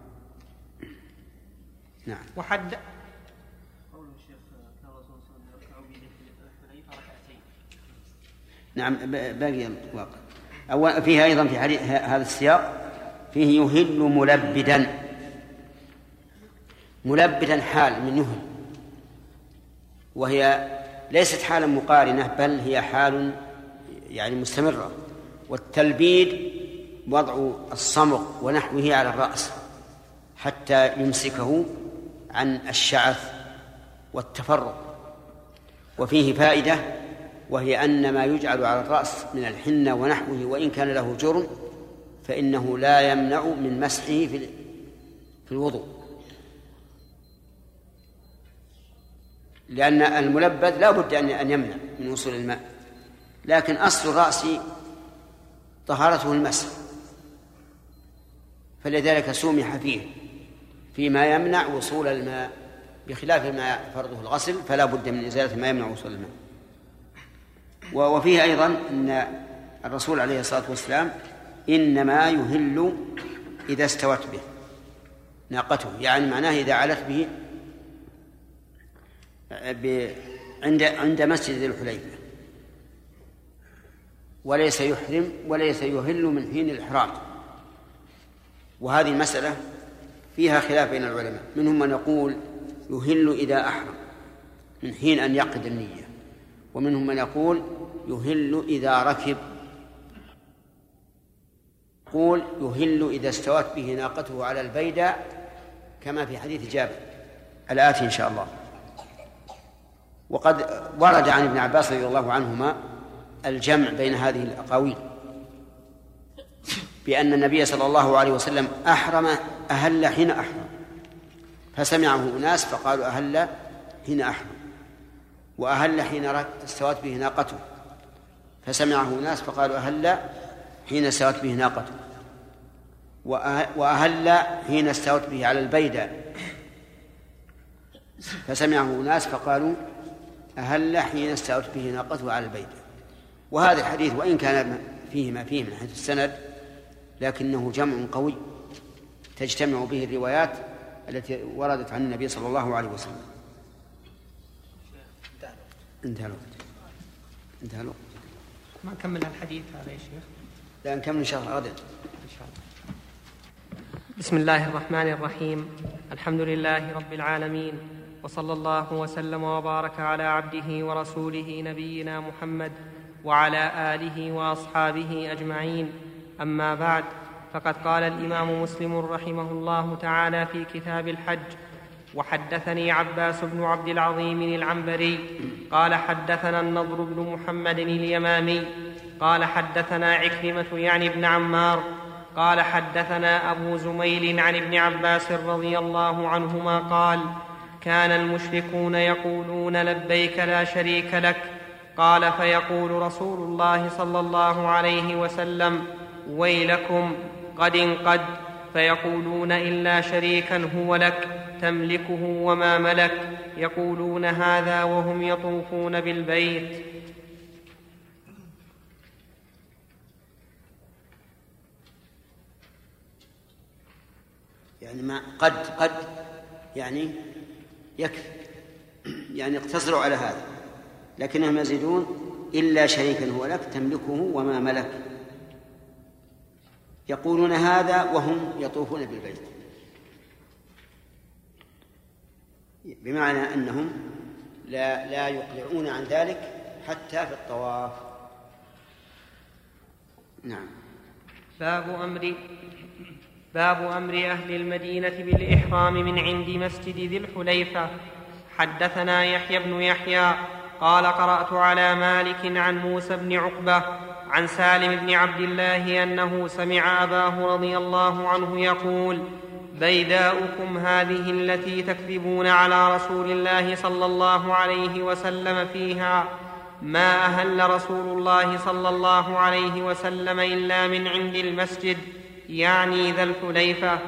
نعم. قول الشيخ: كان الرسول صلى الله عليه وسلم يركع بذي ركعتين. نعم، باقي الواقع. أول فيها أيضا في حديث هذا السياق فيه يهل ملبدا. ملبدا حال من يهل، وهي ليست حالا مقارنة، بل هي حال يعني مستمرة. والتلبيد وضع الصمغ ونحوه على الرأس حتى يمسكه عن الشعث والتفرق. وفيه فائدة، وهي أن ما يجعل على الرأس من الحنة ونحوه وإن كان له جرم فإنه لا يمنع من مسحه في الوضوء، لأن الملبد لا بد أن يمنع من وصول الماء، لكن أصل الرأس طهارته المسح، فلذلك سمح فيه فيما يمنع وصول الماء، بخلاف ما فرضه الغسل فلا بد من إزالة ما يمنع وصول الماء. وفيه أيضا أن الرسول عليه الصلاة والسلام إنما يهل إذا استوت به ناقته، يعني معناه إذا علت به عند مسجد ذي الحليفة، وليس يحرم وليس يهل من حين الإحرام. وهذه المسألة فيها خلاف بين العلماء، منهم من يقول يهل إذا أحرم من حين أن يعقد النية، ومنهم من يقول يهل إذا ركب، يقول يهل إذا استوت به ناقته على البيداء، كما في حديث جابر الآتي إن شاء الله. وقد ورد عن ابن عباس رضي الله عنهما الجمع بين هذه الأقاويل، بأن النبي صلى الله عليه وسلم أهل حين أحرم، فسمعه أناس فقالوا أهل حين أحرم، وأهل حين استوت به ناقته، فسمعه ناس فقالوا أهل حين استوت به ناقته، وأهل حين استوت به على البيدة، فسمعه ناس فقالوا أهل حين استوت به ناقته على البيدة. وهذا الحديث وإن كان فيه ما فيه من حيث السند لكنه جمع قوي تجتمع به الروايات التي وردت عن النبي صلى الله عليه وسلم. انتهى الوقت. ما نكمل الحديث هذا يا شيخ؟ لا نكمل إن شاء الله غدا. إن شاء الله. بسم الله الرحمن الرحيم. الحمد لله رب العالمين، وصلى الله وسلم وبارك على عبده ورسوله نبينا محمد وعلى آله وأصحابه أجمعين. أما بعد، فقد قال الإمام مسلم رحمه الله تعالى في كتاب الحج: وحدثني عباس بن عبد العظيم العنبري قال حدثنا النضر بن محمد اليمامي قال حدثنا عكرمة يعني ابن عمار قال حدثنا أبو زميل عن ابن عباس رضي الله عنهما قال: كان المشركون يقولون لبيك لا شريك لك، قال فيقول رسول الله صلى الله عليه وسلم: ويلكم قد انقد، فيقولون إلا شريكا هو لك تملكه وما ملك، يقولون هذا وهم يطوفون بالبيت. يعني ما قد يعني يكفي، يعني اقتصروا على هذا، لكنهم يزيدون: إلا شريكا هو لك تملكه وما ملك، يقولون هذا وهم يطوفون بالبيت، بمعنى أنهم لا يقلعون عن ذلك حتى في الطواف. نعم. باب أمر أهل المدينة بالإحرام من عند مسجد ذي الحليفة. حدثنا يحيى بن يحيى قال: قرأت على مالك عن موسى بن عقبة عن سالم بن عبد الله أنه سمع أباه رضي الله عنه يقول: بيداؤكم هذه التي تكذبون على رسول الله صلى الله عليه وسلم فيها، ما أهل رسول الله صلى الله عليه وسلم إلا من عند المسجد، يعني ذا الحليفة.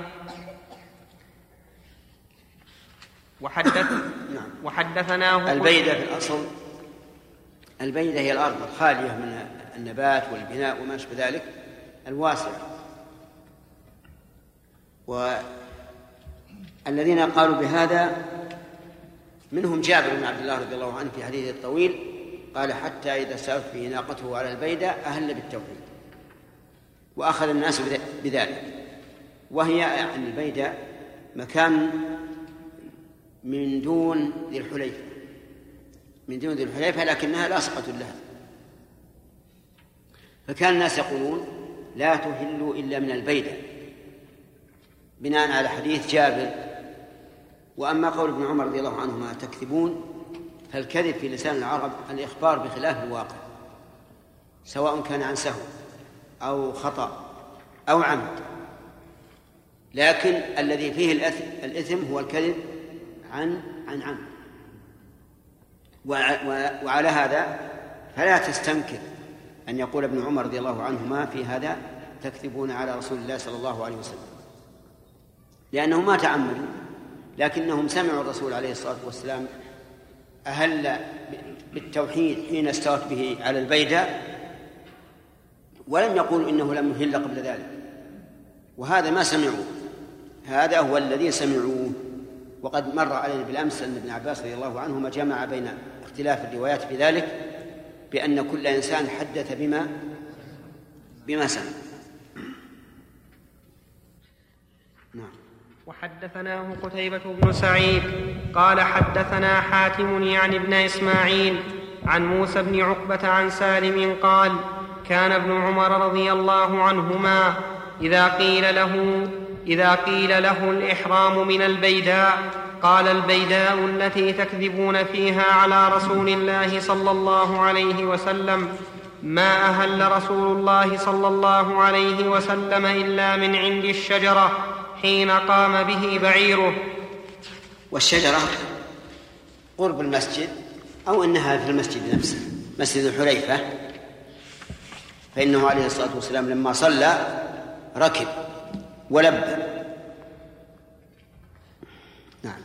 وحدثناه البيدة في الأصل، البيدة هي الأرض الخالية من النبات والبناء وما أشبه ذلك الواسع. والذين قالوا بهذا منهم جابر بن عبد الله رضي الله عنه في حديثه الطويل قال: حتى إذا سألت به ناقته على البيدة أهل بالتوحيد، وأخذ الناس بذلك. وهي يعني البيدة مكان من دون ذي الحليفة، لكنها لاصقة لها، فكان الناس يقولون: لا تهلوا إلا من البيدة، بناء على حديث جابر. وأما قول ابن عمر رضي الله عنهما تكذبون، فالكذب في لسان العرب الإخبار بخلاف الواقع، سواء كان عن سهو أو خطأ أو عمد، لكن الذي فيه الإثم هو الكذب عن عمد. وعلى هذا فلا تستنكر أن يقول ابن عمر رضي الله عنهما في هذا: تكذبون على رسول الله صلى الله عليه وسلم، لأنهم ما تعمدوا، لكنهم سمعوا الرسول عليه الصلاة والسلام أهل بالتوحيد حين استوت به على البيدة، ولم يقولوا إنه لم يهل قبل ذلك، وهذا ما سمعوا، هذا هو الذي سمعوه. وقد مر علينا بالأمس أن ابن عباس رضي الله عنهما جمع بين اختلاف الروايات في ذلك بأن كل إنسان حدث بما سمع. نعم. وحدثناه قتيبة بن سعيد قال: حدثنا حاتم يعني ابن إسماعيل عن موسى بن عقبة عن سالم قال: كان ابن عمر رضي الله عنهما إذا قيل له الإحرام من البيداء قال: البيداء التي تكذبون فيها على رسول الله صلى الله عليه وسلم، ما أهل رسول الله صلى الله عليه وسلم إلا من عند الشجرة حين قام به بعيره. والشجرة قرب المسجد أو أنها في المسجد نفسه، مسجد الحليفة، فإنه عليه الصلاة والسلام لما صلى ركب ولبى. نعم.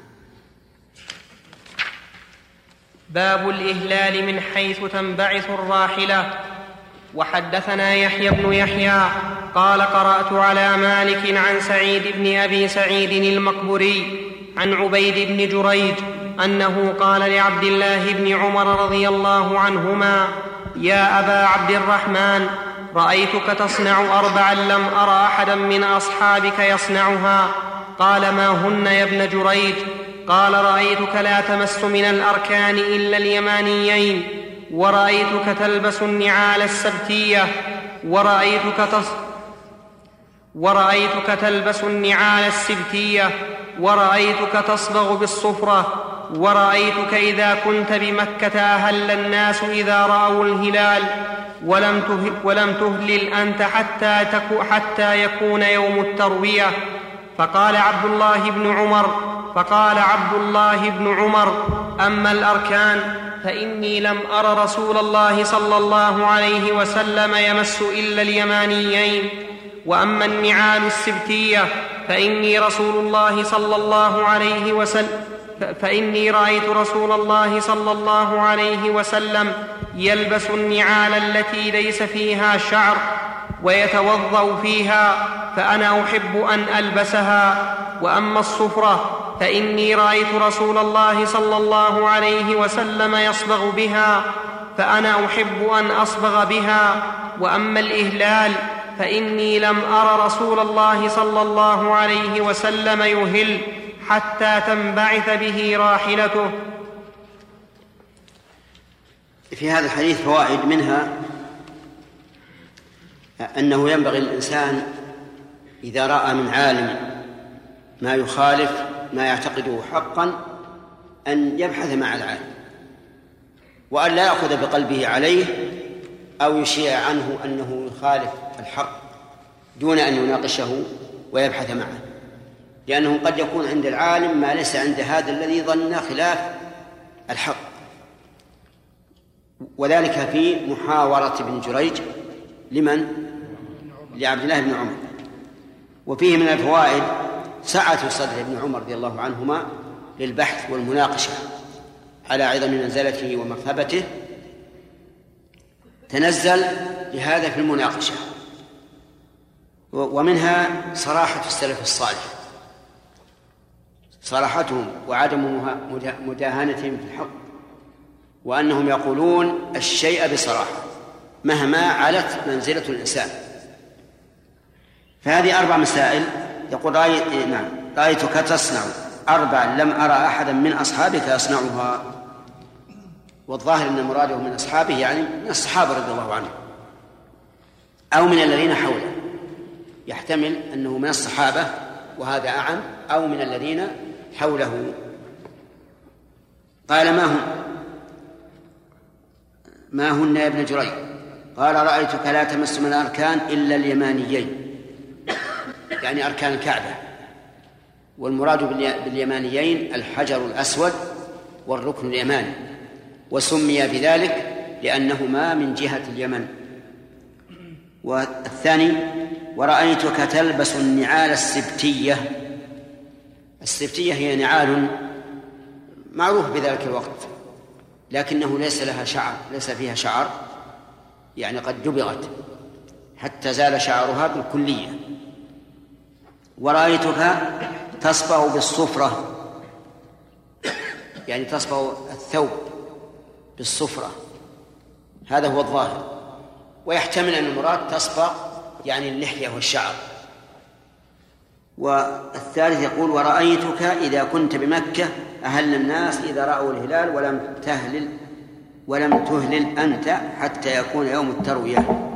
باب الإهلال من حيث تنبعث الراحلة. وحدثنا يحيى بن يحيى قال قرأت على مالك عن سعيد بن أبي سعيد المقبري عن عبيد بن جريج أنه قال لعبد الله بن عمر رضي الله عنهما: يا أبا عبد الرحمن، رأيتك تصنع 4 لم أر أحدا من أصحابك يصنعها. قال: ما هن يا ابن جريج؟ قال: رأيتك لا تمس من الأركان إلا اليمانيين، ورأيتك تلبس النعال السبتية، ورأيتك تلبس النعال السبتية، ورأيتك تصبغ بالصفرة، ورأيتك إذا كنت بمكة أهل الناس إذا رأوا الهلال، ولم تهلل أنت حتى يكون يوم التروية. فقال عبد الله بن عمر: أما الأركان فإني لم أر رسول الله صلى الله عليه وسلم يمس إلا اليمانيين، وأما النعال السبتية فإني رأيت رسول الله صلى الله عليه وسلم يلبس النعال التي ليس فيها شعر ويتوضأ فيها، فأنا أحب أن ألبسها. وأما الصفرة فإني رأيت رسول الله صلى الله عليه وسلم يصبغ بها، فأنا أحب أن أصبغ بها. وأما الإهلال فإني لم أر رسول الله صلى الله عليه وسلم يهل حتى تنبعث به راحلته. في هذا الحديث فوائد، منها أنه ينبغي للإنسان إذا رأى من عالم ما يخالف ما يعتقده حقا أن يبحث مع العالم، وأن لا يأخذ بقلبه عليه أو يشيع عنه أنه يخالف الحق دون أن يناقشه ويبحث معه، لأنه قد يكون عند العالم ما ليس عند هذا الذي ظن خلاف الحق. وذلك في محاورة ابن جريج لمن؟ لعبد الله بن عمر. وفيه من الفوائد سعة صدر ابن عمر رضي الله عنهما للبحث والمناقشة على عظم منزلته ومرتبته، تنزل لهذا في المناقشة. ومنها صراحة السلف الصالح، صراحتهم وعدم مداهنتهم في الحق، وأنهم يقولون الشيء بصراحة مهما علت منزلة الإنسان. فهذه 4 مسائل. يقول رأيتك تصنع 4 لم أرى أحدا من أصحابك يصنعها. والظاهر أن مراده من أصحابه يعني من الصحابة رضي الله عنهم أو من الذين حوله، يحتمل أنه من الصحابة وهذا أعم، أو من الذين حوله. قال: ما هن يا ابن جريج؟ قال: رأيتك لا تمس من الأركان إلا اليمانيين، يعني أركان الكعبة. والمراد باليمانيين الحجر الأسود والركن اليماني، وسمي بذلك لأنهما من جهة اليمن. والثاني: ورأيتك تلبس النعال السبتية. السبتية هي نعال معروف بذلك الوقت، لكنه ليس لها شعر، ليس فيها شعر، يعني قد دبغت حتى زال شعرها بالكلية. ورأيتك تصبغ بالصفرة، يعني تصبغ الثوب بالصفرة، هذا هو الظاهر. ويحتمل أن المراد تصبغ يعني اللحية والشعر. والثالث يقول: ورأيتك إذا كنت بمكة أهل الناس إذا رأوا الهلال ولم تهلل أنت حتى يكون يوم التروية.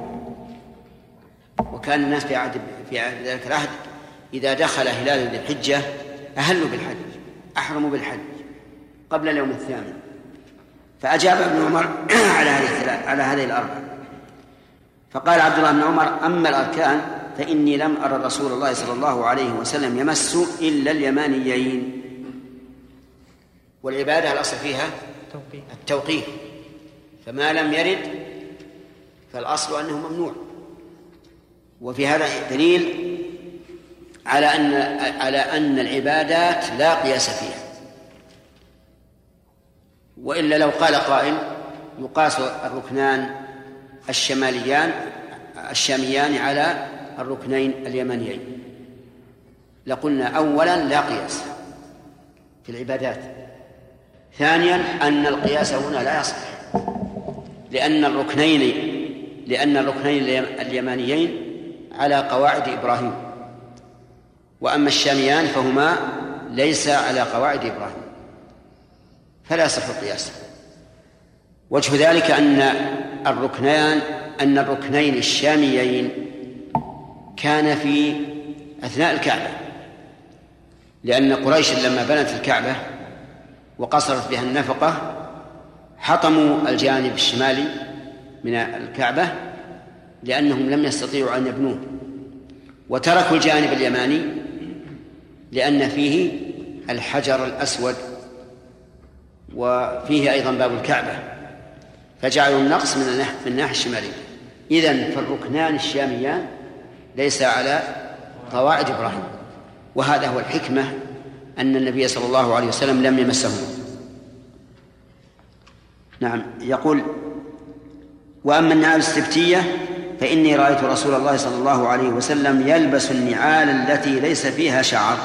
وكان الناس في ذلك العهد إذا دخل هلال ذي الحجة أهلوا بالحج، أحرموا بالحج قبل اليوم الثامن. فأجاب ابن عمر على هذه الأربعة. فقال عبد الله بن عمر: أما الأركان فإني لم أرى رسول الله صلى الله عليه وسلم يمس إلا اليمانيين. والعبادة الأصل فيها التوقيف، فما لم يرد فالأصل أنه ممنوع. وفي هذا دليل على أن العبادات لا قياس فيها. وإلا لو قال قائل يقاس الركنان الشاميان على الركنين اليمانيين، لقلنا أولا لا قياس في العبادات، ثانيا أن القياس هنا لا يصح، لأن الركنين اليمانيين على قواعد إبراهيم، وأما الشاميان فهما ليس على قواعد إبراهيم، فلا يصح القياس. وجه ذلك أن الركنين الشاميين كان في أثناء الكعبة، لأن قريش لما بنت الكعبة وقصرت بها النفقة حطموا الجانب الشمالي من الكعبة لأنهم لم يستطيعوا أن يبنوه، وتركوا الجانب اليماني لأن فيه الحجر الأسود وفيه أيضا باب الكعبة، فجعلوا النقص من الناحية الشمالية. إذن فالركنان الشاميان ليس على قواعد إبراهيم، وهذا هو الحكمة أن النبي صلى الله عليه وسلم لم يمسهما. نعم. يقول: وأما النعال السبتية فإني رأيت رسول الله صلى الله عليه وسلم يلبس النعال التي ليس فيها شعر.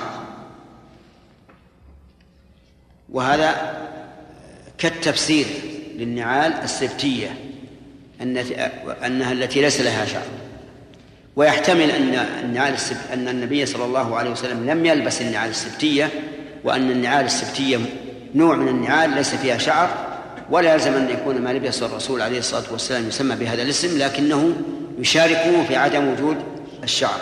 وهذا كالتفسير للنعال السبتية أنها التي ليس لها شعر، ويحتمل أن النبي صلى الله عليه وسلم لم يلبس النعال السبتية، وأن النعال السبتية نوع من النعال ليس فيها شعر، ولا يلزم أن يكون ما لبس الرسول عليه الصلاة والسلام يسمى بهذا الاسم، لكنه يشاركه في عدم وجود الشعر.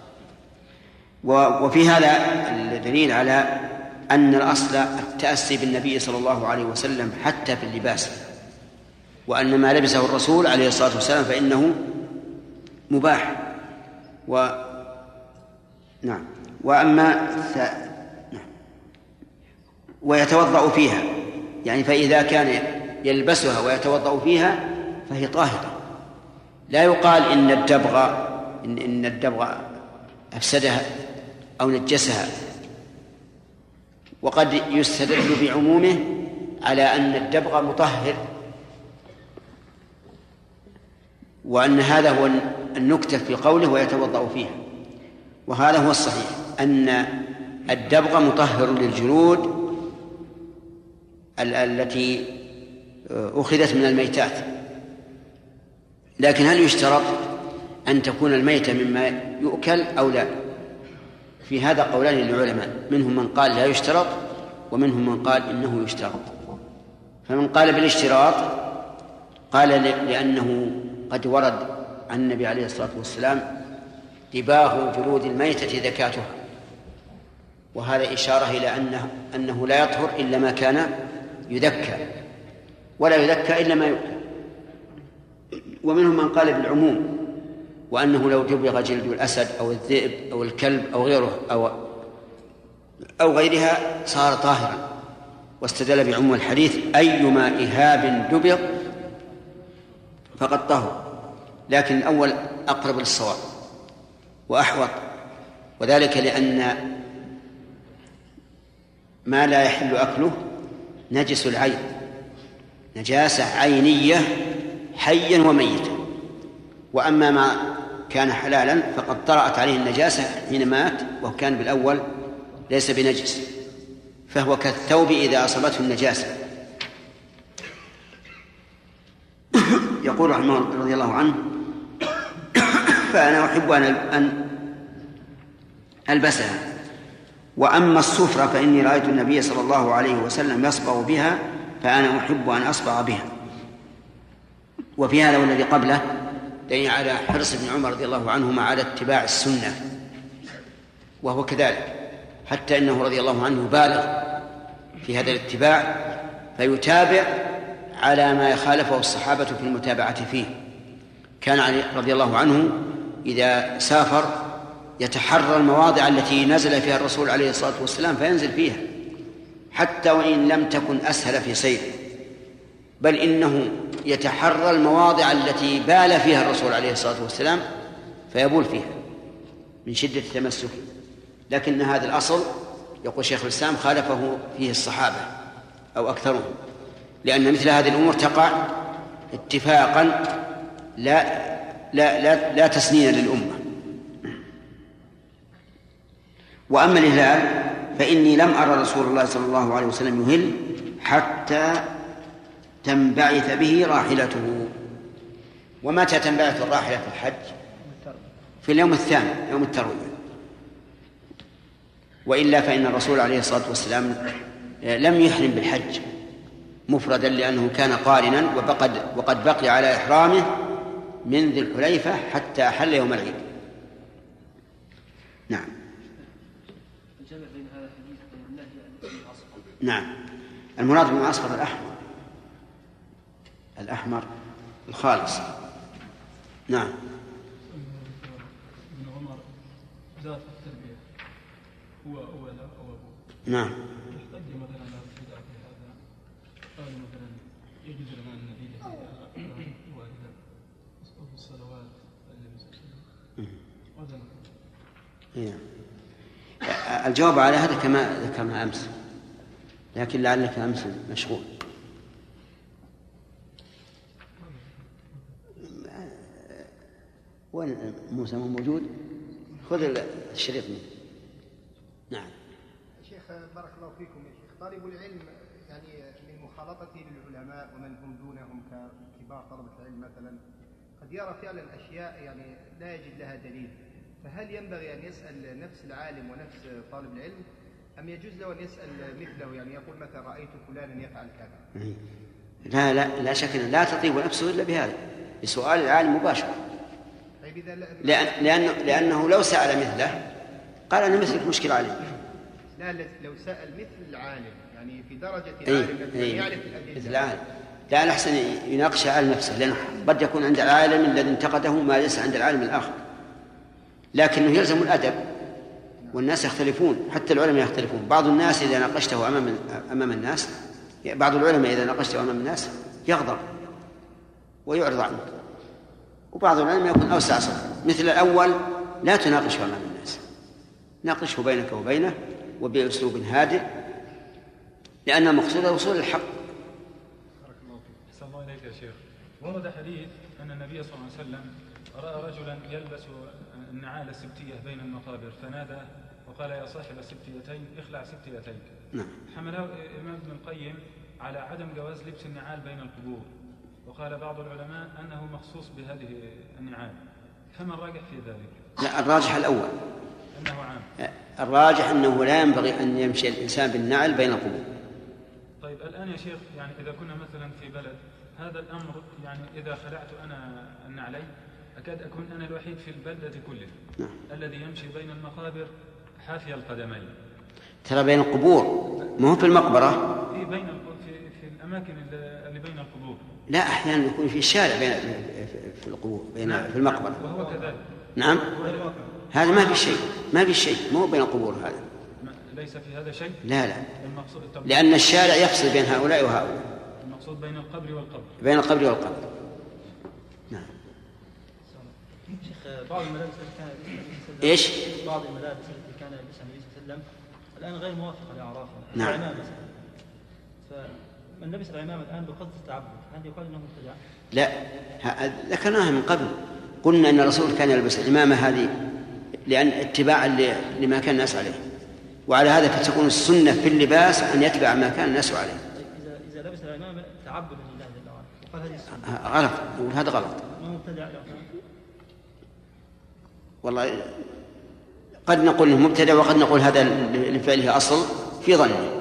وفي هذا الدليل على أن الأصل التأسي بالنبي صلى الله عليه وسلم حتى في اللباس، وأن ما لبسه الرسول عليه الصلاة والسلام فإنه مباح. نعم. ويتوضأ فيها، يعني فإذا كان يلبسها ويتوضأ فيها فهي طاهرة. لا يقال إن الدبغ أفسدها أو نجسها. وقد يستدل بعمومه على أن الدبغ مطهر، وأن هذا هو النكتة في قوله ويتوضأ فيها، وهذا هو الصحيح أن الدبغ مطهر للجلود التي أخذت من الميتات. لكن هل يشترط أن تكون الميتة مما يؤكل أو لا؟ في هذا قولان للعلماء، منهم من قال لا يشترط، ومنهم من قال إنه يشترط. فمن قال بالاشتراط قال لأنه قد ورد عن النبي عليه الصلاة والسلام دباغ جلود الميتة ذكاتها، وهذا إشارة إلى أنه لا يطهر إلا ما كان يذكى، ولا يذكى إلا ما يؤكل. ومنهم من قال بالعموم، وأنه لو دبغ جلد الأسد أو الذئب أو الكلب أو غيره أو غيرها صار طاهرا، واستدل بعموم الحديث أيما إهاب دبغ فقد طهر. لكن الأول أقرب للصواب وأحوط، وذلك لأن ما لا يحل أكله نجس العين، نجاسة عينية حيا وميتا. وأما ما كان حلالا فقد طرأت عليه النجاسة حين مات، وهو كان بالأول ليس بنجس، فهو كالثوب إذا أصابته النجاسة. يقول رحمه الله رضي الله عنه: فأنا أحب أن ألبسها. وأما الصفرة فإني رأيت النبي صلى الله عليه وسلم يصبغ بها، فأنا أحب أن أصبغ بها. وفي هذا والذي قبله دليل على حرص ابن عمر رضي الله عنهما على اتباع السنة، وهو كذلك، حتى إنه رضي الله عنه بالغ في هذا الاتباع، فيتابع على ما يخالفه الصحابة في المتابعة فيه. كان علي رضي الله عنه إذا سافر يتحرى المواضع التي نزل فيها الرسول عليه الصلاة والسلام فينزل فيها، حتى وإن لم تكن أسهل في سير، بل إنه يتحرى المواضع التي بال فيها الرسول عليه الصلاة والسلام فيبول فيها من شدة التمسك. لكن هذا الأصل يقول شيخ الإسلام خالفه فيه الصحابة أو أكثرهم، لأن مثل هذه الأمور تقع اتفاقا لا تسنين للأمة. وأما الهلال فإني لم أرى رسول الله صلى الله عليه وسلم يهل حتى تنبعث به راحلته. ومتى تنبعث الراحلة في الحج؟ في اليوم الثاني، يوم التروية. وإلا فإن الرسول عليه الصلاة والسلام لم يحرم بالحج مفردا، لأنه كان قارنا وقد بقي على إحرامه من ذي الحليفة حتى أحل يوم العيد. نعم. الجمع بين هذا الحديث بين النهي عن الأصفر. نعم، المراد بالأصفر الأحمر الخالص. نعم. ابن عمر ذات التربية هو أول أو أبوه. نعم. يحتج مثلا على البدعة في هذا، قال مثلا يجوز لنا أن نبيل والدا أو الصلوات النبي صلى الله عليه وسلم. الجواب على هذا كما ذكرنا أمس، لكن لعلك أمس مشغول. وين موسى موجود؟ خذ الشريط منه. نعم. شيخ بارك الله فيكم يا شيخ، طالب العلم يعني من مخالطته للعلماء ومن هم دونهم ككبار طلبة العلم مثلا قد يرى فعلا أشياء يعني لا يجد لها دليل، فهل ينبغي أن يسأل نفس العالم ونفس طالب العلم أم يجوز له أن يسأل مثله، يعني يقول مثلا رأيت فلانا يفعل كذا؟ لا شك أن لا تطيب نفسه إلا بهذا، بسؤال العالم مباشرة. طيب لأنه لو سأل مثله قال أنا مثلك مشكلة عليه. لا لو سأل مثل العالم يعني في درجة العالم الذي يعرف الأدلة مثل العالم، لا الأحسن يناقش على نفسه، لأنه قد يكون عند العالم الذي انتقده ما ليس عند العالم الآخر. لكنه يلزم الأدب، والناس يختلفون، حتى العلماء يختلفون. بعض الناس إذا ناقشته أمام الناس، بعض العلماء إذا ناقشته أمام الناس يغضب ويعرض عنه، وبعض العلماء يكون أوسع صدرا. مثل الأول لا تناقشه أمام الناس، ناقشه بينك وبينه وبأسلوب هادئ، لأن المقصود وصول الحق. بارك الله فيك. أحسن الله إليك يا شيخ. ورد حديث أن النبي صلى الله عليه وسلم رأى رجلا يلبس النعال السبتية بين المقابر فنادى وقال يا صاحب السبتيتين اخلع سبتيتيك. نعم. حمله الإمام ابن القيم على عدم جواز لبس النعال بين القبور، وقال بعض العلماء أنه مخصوص بهذه النعال، فما الراجح في ذلك؟ لا، الراجح الأول، أنه عام. الراجح أنه لا ينبغي أن يمشي الإنسان بالنعل بين القبور. طيب الآن يا شيخ، يعني إذا كنا مثلا في بلد هذا الأمر، يعني إذا خلعت أنا النعلين أكاد أكون أنا الوحيد في البلدة كلها. نعم. الذي يمشي بين المقابر حافي القدمين. ترى بين القبور، ما هو في المقبرة. في الأماكن اللي بين القبور. لا، أحيانا يكون في الشارع في القبور في المقبرة. وهو كذلك. نعم. هذا ما في شيء مو بين القبور هذا. ليس في هذا شيء. لا لأن الشارع يفصل بين هؤلاء وهؤلاء. المقصود بين القبر والقبر. بين القبر والقبر. نعم. شيخ بعض الملابس التي كان ايش؟ بعض الملابس التي كان يلبسها النبي صلى الله عليه وسلم الآن غير موافقة لأعرافها. نعم. العمامة مثلا. فمن لبس العمامة الآن بقصد التعبد هل يقال أنه مبتدع؟ لا، ذكرناها من قبل، قلنا أن الرسول كان يلبس العمامة هذه لأن اتباعا لما كان الناس عليه، وعلى هذا فتكون السنة في اللباس أن يتبع ما كان الناس عليه. إذا لبس العمامة تعبد لله جل وعلا وقال هذه السنة غلط، وهذا غلط. ما مبتدع والله قد نقول انه مبتدع وقد نقول هذا لفعله اصل في ظنه.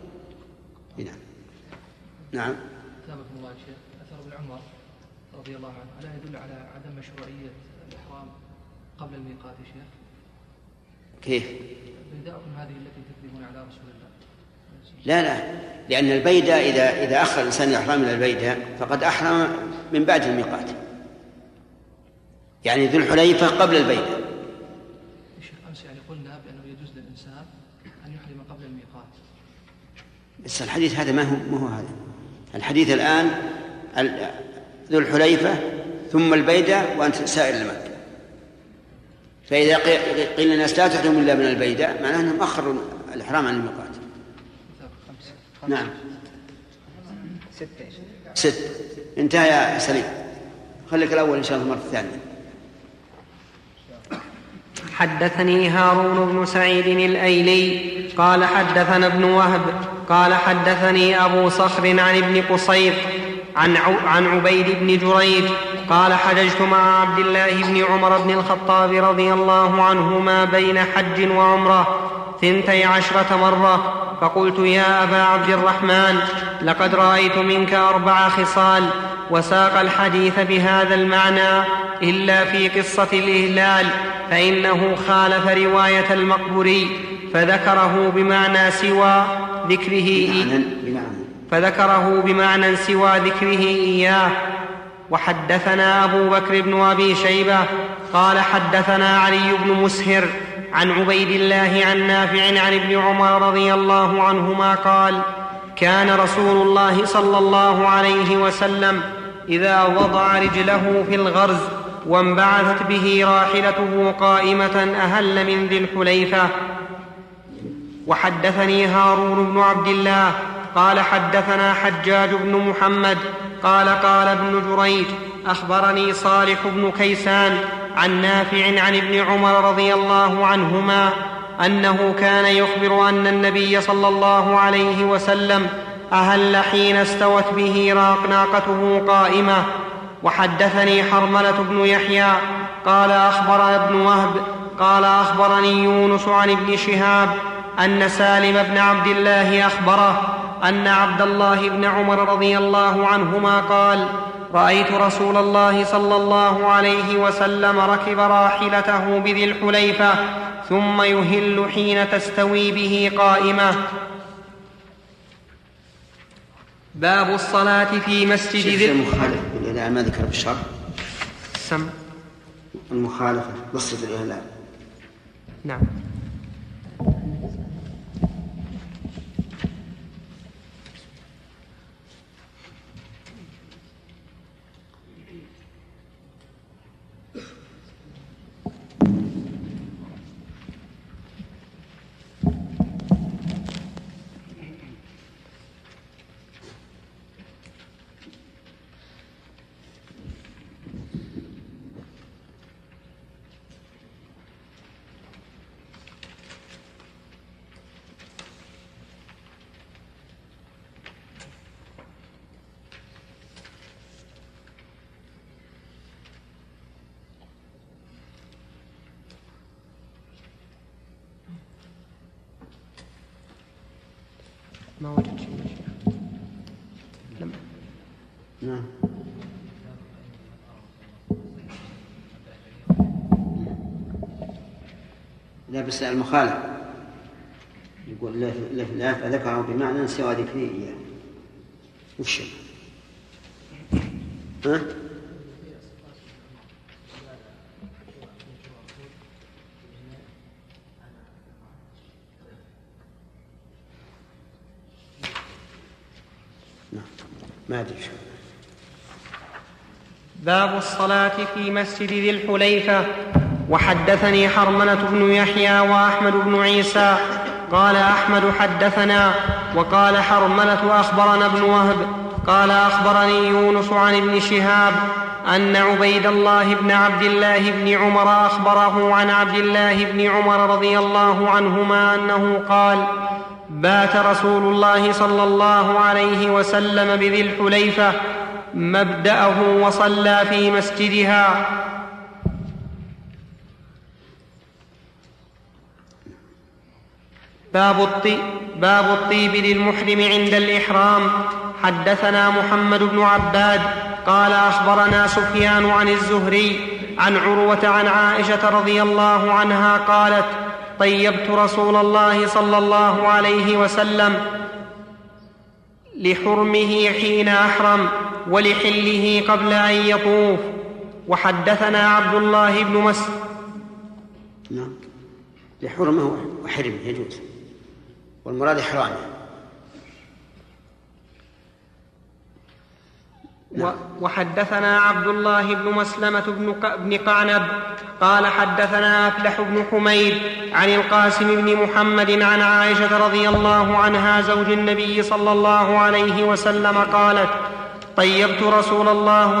نعم. ثابت الله يا شيخ، اثر ابن عمر رضي الله عنه الا يدل على عدم مشروعيه الاحرام قبل الميقات يا شيخ؟ كيف؟ بيداءكم هذه التي تكذبون على رسول الله. لا، لان البيدة اذا اخر الانسان الاحرام الى البيدة فقد احرم من بعد الميقات، يعني ذو الحليفة قبل البيدة. الشيخ أمس يعني قلنا بأنه يجوز للإنسان أن يحرم قبل الميقات. بس الحديث هذا ما هو هذا. الحديث الآن ذو الحليفة ثم البيدة وأنت سائر لمكة. فإذا قيل للناس لا تحرموا إلا من البيدة معناه أنهم أخروا الإحرام عن الميقات. نعم 6 انتهى يا سليم. خليك الأول إن شاء الله المرة الثانية. حدثني هارون بن سعيد الأيلي قال حدثنا ابن وهب قال حدثني أبو صخر عن ابن قصير عن عبيد بن جريج قال حججت مع عبد الله بن عمر بن الخطاب رضي الله عنهما بين حج وعمرة 12 مرة، فقلت يا أبا عبد الرحمن لقد رأيت منك 4 خصال، وساق الحديث بهذا المعنى إلا في قصة الإهلال فإنه خالف رواية المقبوري فذكره بمعنى سوى ذكره إياه. وحدثنا أبو بكر بن أبي شيبة قال حدثنا علي بن مسهر عن عبيد الله عن نافع عن ابن عمر رضي الله عنهما قال كان رسول الله صلى الله عليه وسلم إذا وضع رجله في الغرز وانبعثت به راحلته قائمة أهل من ذي الحليفة. وحدثني هارون بن عبد الله قال حدثنا حجاج بن محمد قال ابن جريج أخبرني صالح بن كيسان عن نافع عن ابن عمر رضي الله عنهما أنه كان يخبر أن النبي صلى الله عليه وسلم أهل حين استوت به ناقته قائمة. وحدثني حرملة بن يحيى قال أخبر ابن وهب قال أخبرني يونس عن ابن شهاب أن سالم بن عبد الله أخبره أن عبد الله بن عمر رضي الله عنهما قال رأيت رسول الله صلى الله عليه وسلم ركب راحلته بذي الحليفة ثم يهل حين تستوي به قائمة. باب الصلاة في مسجد ذي المخالفة إلى ما ذكر بالشرع المخالفة قصة الإهلال. نعم. ما وجدت شيء. نعم. لا بس المخالف يقول لا فذكره بمعنى سوى ذكره إياه. وش ها؟ ما أدري. باب الصلاة في مسجد ذي الحليفة. وحدثني حرملة بن يحيى وأحمد بن عيسى قال أحمد حدثنا وقال حرملة أخبرنا ابن وهب قال أخبرني يونس عن ابن شهاب أن عبيد الله بن عبد الله بن عمر أخبره عن عبد الله بن عمر رضي الله عنهما أنه قال بات رسول الله صلى الله عليه وسلم بذي الحليفة مبدأه وصلى في مسجدها. باب الطيب للمحرم عند الإحرام. حدثنا محمد بن عباد قال أخبرنا سفيان عن الزهري عن عروة عن عائشة رضي الله عنها قالت طيبت رسول الله صلى الله عليه وسلم لحرمه حين أحرم ولحله قبل أن يطوف. وحدثنا عبد الله بن نعم لحرمه وحرمه يجوز والمراد إحرامه. وحدثنا عبد الله بن مسلمة بن قعنب قال حدثنا أفلح بن حميد عن القاسم بن محمد عن عائشة رضي الله عنها زوج النبي صلى الله عليه وسلم قالت: طيبت رسول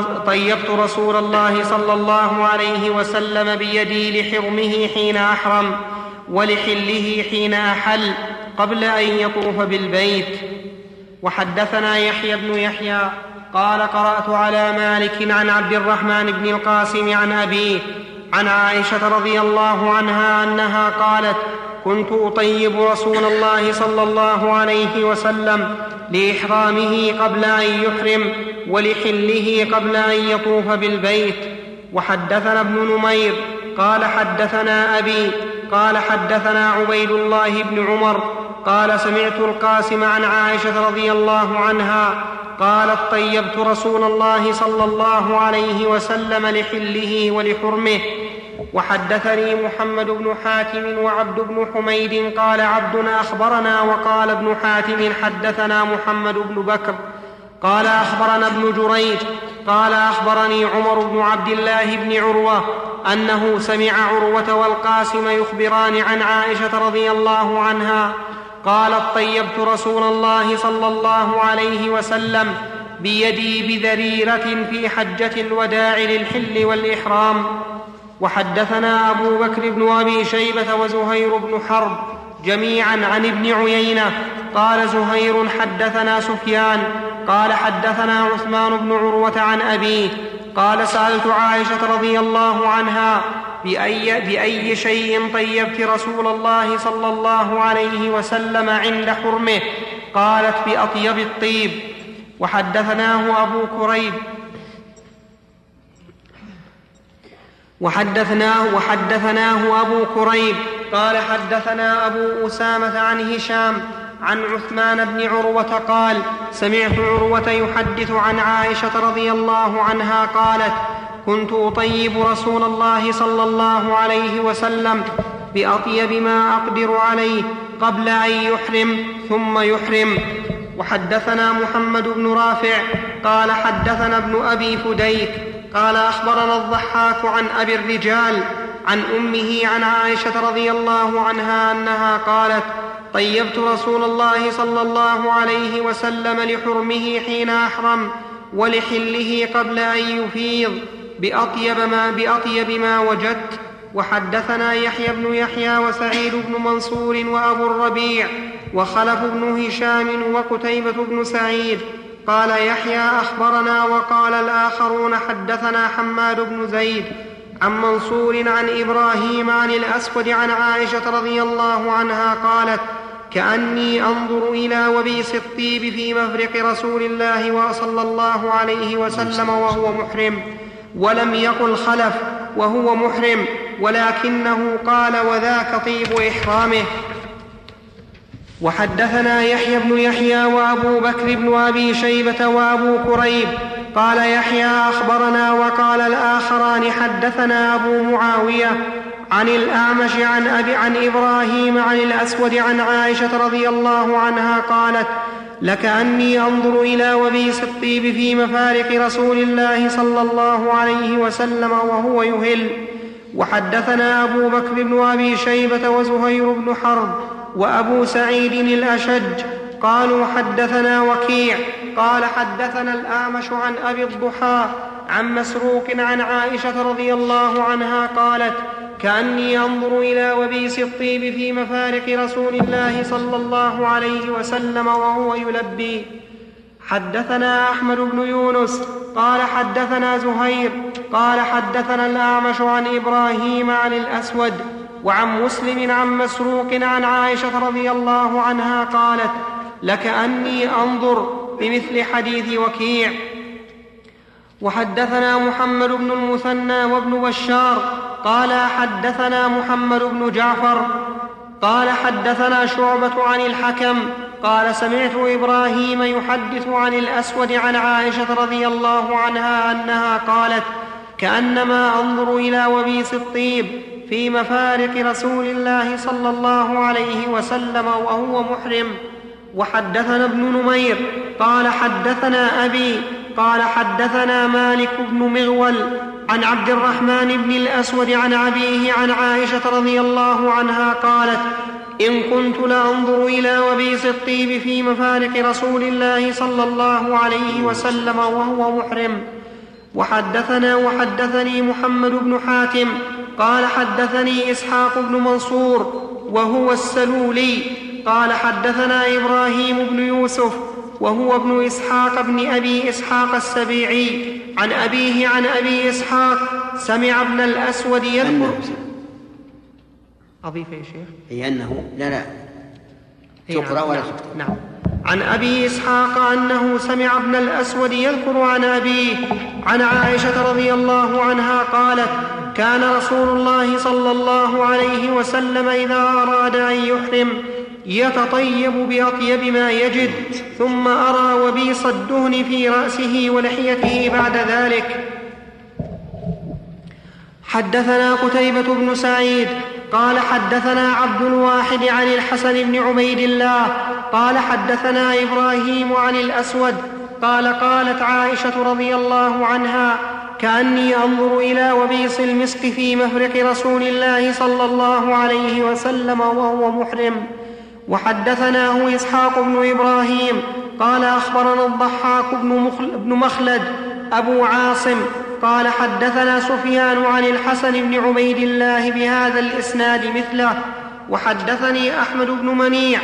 الله صلى الله عليه وسلم بيدي لحرمه حين أحرم ولحله حين أحل قبل أن يطوف بالبيت. وحدثنا يحيى بن يحيى قال قرأت على مالك عن عبد الرحمن بن القاسم عن أبيه عن عائشة رضي الله عنها أنها قالت: كنت أطيب رسول الله صلى الله عليه وسلم لإحرامه قبل أن يحرم ولحله قبل أن يطوف بالبيت. وحدثنا ابن نمير قال حدثنا أبي قال حدثنا عبيد الله بن عمر قال سمعت القاسم عن عائشة رضي الله عنها قالت: طيبت رسول الله صلى الله عليه وسلم لحله ولحرمه. وحدثني محمد بن حاتم وعبد بن حميد قال عبد أخبرنا وقال ابن حاتم حدثنا محمد بن بكر قال أخبرنا ابن جريج قال أخبرني عمر بن عبد الله بن عروة أنه سمع عروة والقاسم يخبران عن عائشة رضي الله عنها قالت: طيبت رسول الله صلى الله عليه وسلم بيدي بذريرة في حجة الوداع للحل والإحرام. وحدثنا أبو بكر بن أبي شيبة وزهير بن حرب جميعا عن ابن عيينة قال زهير حدثنا سفيان قال حدثنا عثمان بن عروة عن أبيه قال: سألت عائشة رضي الله عنها بأي شيء طيبت رسول الله صلى الله عليه وسلم عند حرمه؟ قالت: بأطيب الطيب. وحدثناه أبو كريب قال حدثنا أبو أسامة عن هشام عن عثمان بن عروة قال: سمعت عروة يحدث عن عائشة رضي الله عنها قالت: كنت أطيب رسول الله صلى الله عليه وسلم بأطيب ما أقدر عليه قبل أن يحرم ثم يحرم. وحدثنا محمد بن رافع قال حدثنا ابن أبي فديك قال أخبرنا الضحاك عن أبي الرجال عن أمه عن عائشة رضي الله عنها أنها قالت: طيبت رسول الله صلى الله عليه وسلم لحرمه حين أحرم ولحله قبل أن يفيض بأطيب ما وجدت. وحدثنا يحيى بن يحيى وسعيد بن منصور وأبو الربيع وخلف بن هشام وقتيبة بن سعيد قال يحيى أخبرنا وقال الآخرون حدثنا حماد بن زيد عن منصور عن إبراهيم عن الأسود عن عائشة رضي الله عنها قالت: كأني أنظر إلى وبيس الطيب في مفرق رسول الله صلى الله عليه وسلم وهو محرم، ولم يقل خلف وهو محرم، ولكنه قال: وذاك طيب إحرامه. وحدثنا يحيى بن يحيى وأبو بكر بن أبي شيبة وأبو كريب قال يحيى أخبرنا وقال الآخران حدثنا أبو معاوية عن الأعمش عن إبراهيم عن الأسود عن عائشة رضي الله عنها قالت: لكأني أنظر إلى وبيس الطيب في مفارق رسول الله صلى الله عليه وسلم وهو يهل. وحدثنا أبو بكر بن أبي شيبة وزهير بن حرب وأبو سعيد الأشج قالوا حدثنا وكيع قال حدثنا الأعمش عن أبي الضحى عن مسروق عن عائشة رضي الله عنها قالت: كأني أنظر إلى وبيس الطيب في مفارق رسول الله صلى الله عليه وسلم وهو يلبي. حدثنا أحمد بن يونس قال حدثنا زهير قال حدثنا الأعمش عن إبراهيم عن الأسود وعن مسلم عن مسروق عن عائشة رضي الله عنها قالت: لكأني أنظر بمثل حديث وكيع. وحدثنا محمد بن المثنى وابن بشار قال حدثنا محمد بن جعفر قال حدثنا شعبة عن الحكم قال: سمعت إبراهيم يحدث عن الأسود عن عائشة رضي الله عنها أنها قالت: كأنما أنظر إلى وبيس الطيب في مفارق رسول الله صلى الله عليه وسلم وهو محرم. وحدثنا ابن نمير قال حدثنا أبي قال حدثنا مالك بن مغول عن عبد الرحمن بن الأسود عن أبيه عن عائشة رضي الله عنها قالت إن كنت لأنظر إلى وبيص الطيب في مفارق رسول الله صلى الله عليه وسلم وهو محرم. وحدثني محمد بن حاتم قال حدثني إسحاق بن منصور وهو السلولي قال حدثنا إبراهيم بن يوسف وهو ابن إسحاق بن أبي إسحاق السبيعي عن أبيه عن أبي إسحاق سمع ابن الأسود يذكر. أضيف يا شيخ؟ هي أنه لا تقرأ ولا تكتب. نعم. عن أبي إسحاق أنه سمع ابن الأسود يذكر عن أبيه عن عائشة رضي الله عنها قالت كان رسول الله صلى الله عليه وسلم إذا أراد أن يحرم يتطيب بأطيب ما يجد ثم أرى وبيص الدهن في رأسه ولحيته بعد ذلك. حدثنا قتيبة بن سعيد قال حدثنا عبد الواحد عن الحسن بن عبيد الله قال حدثنا إبراهيم عن الأسود قال قالت عائشة رضي الله عنها كأني أنظر إلى وبيص المسك في مفرق رسول الله صلى الله عليه وسلم وهو محرم. وحدثناه إسحاق بن إبراهيم قال أخبرنا الضحاك بن مخلد أبو عاصم قال حدثنا سفيان عن الحسن بن عبيد الله بهذا الإسناد مثله. وحدثني أحمد بن منيع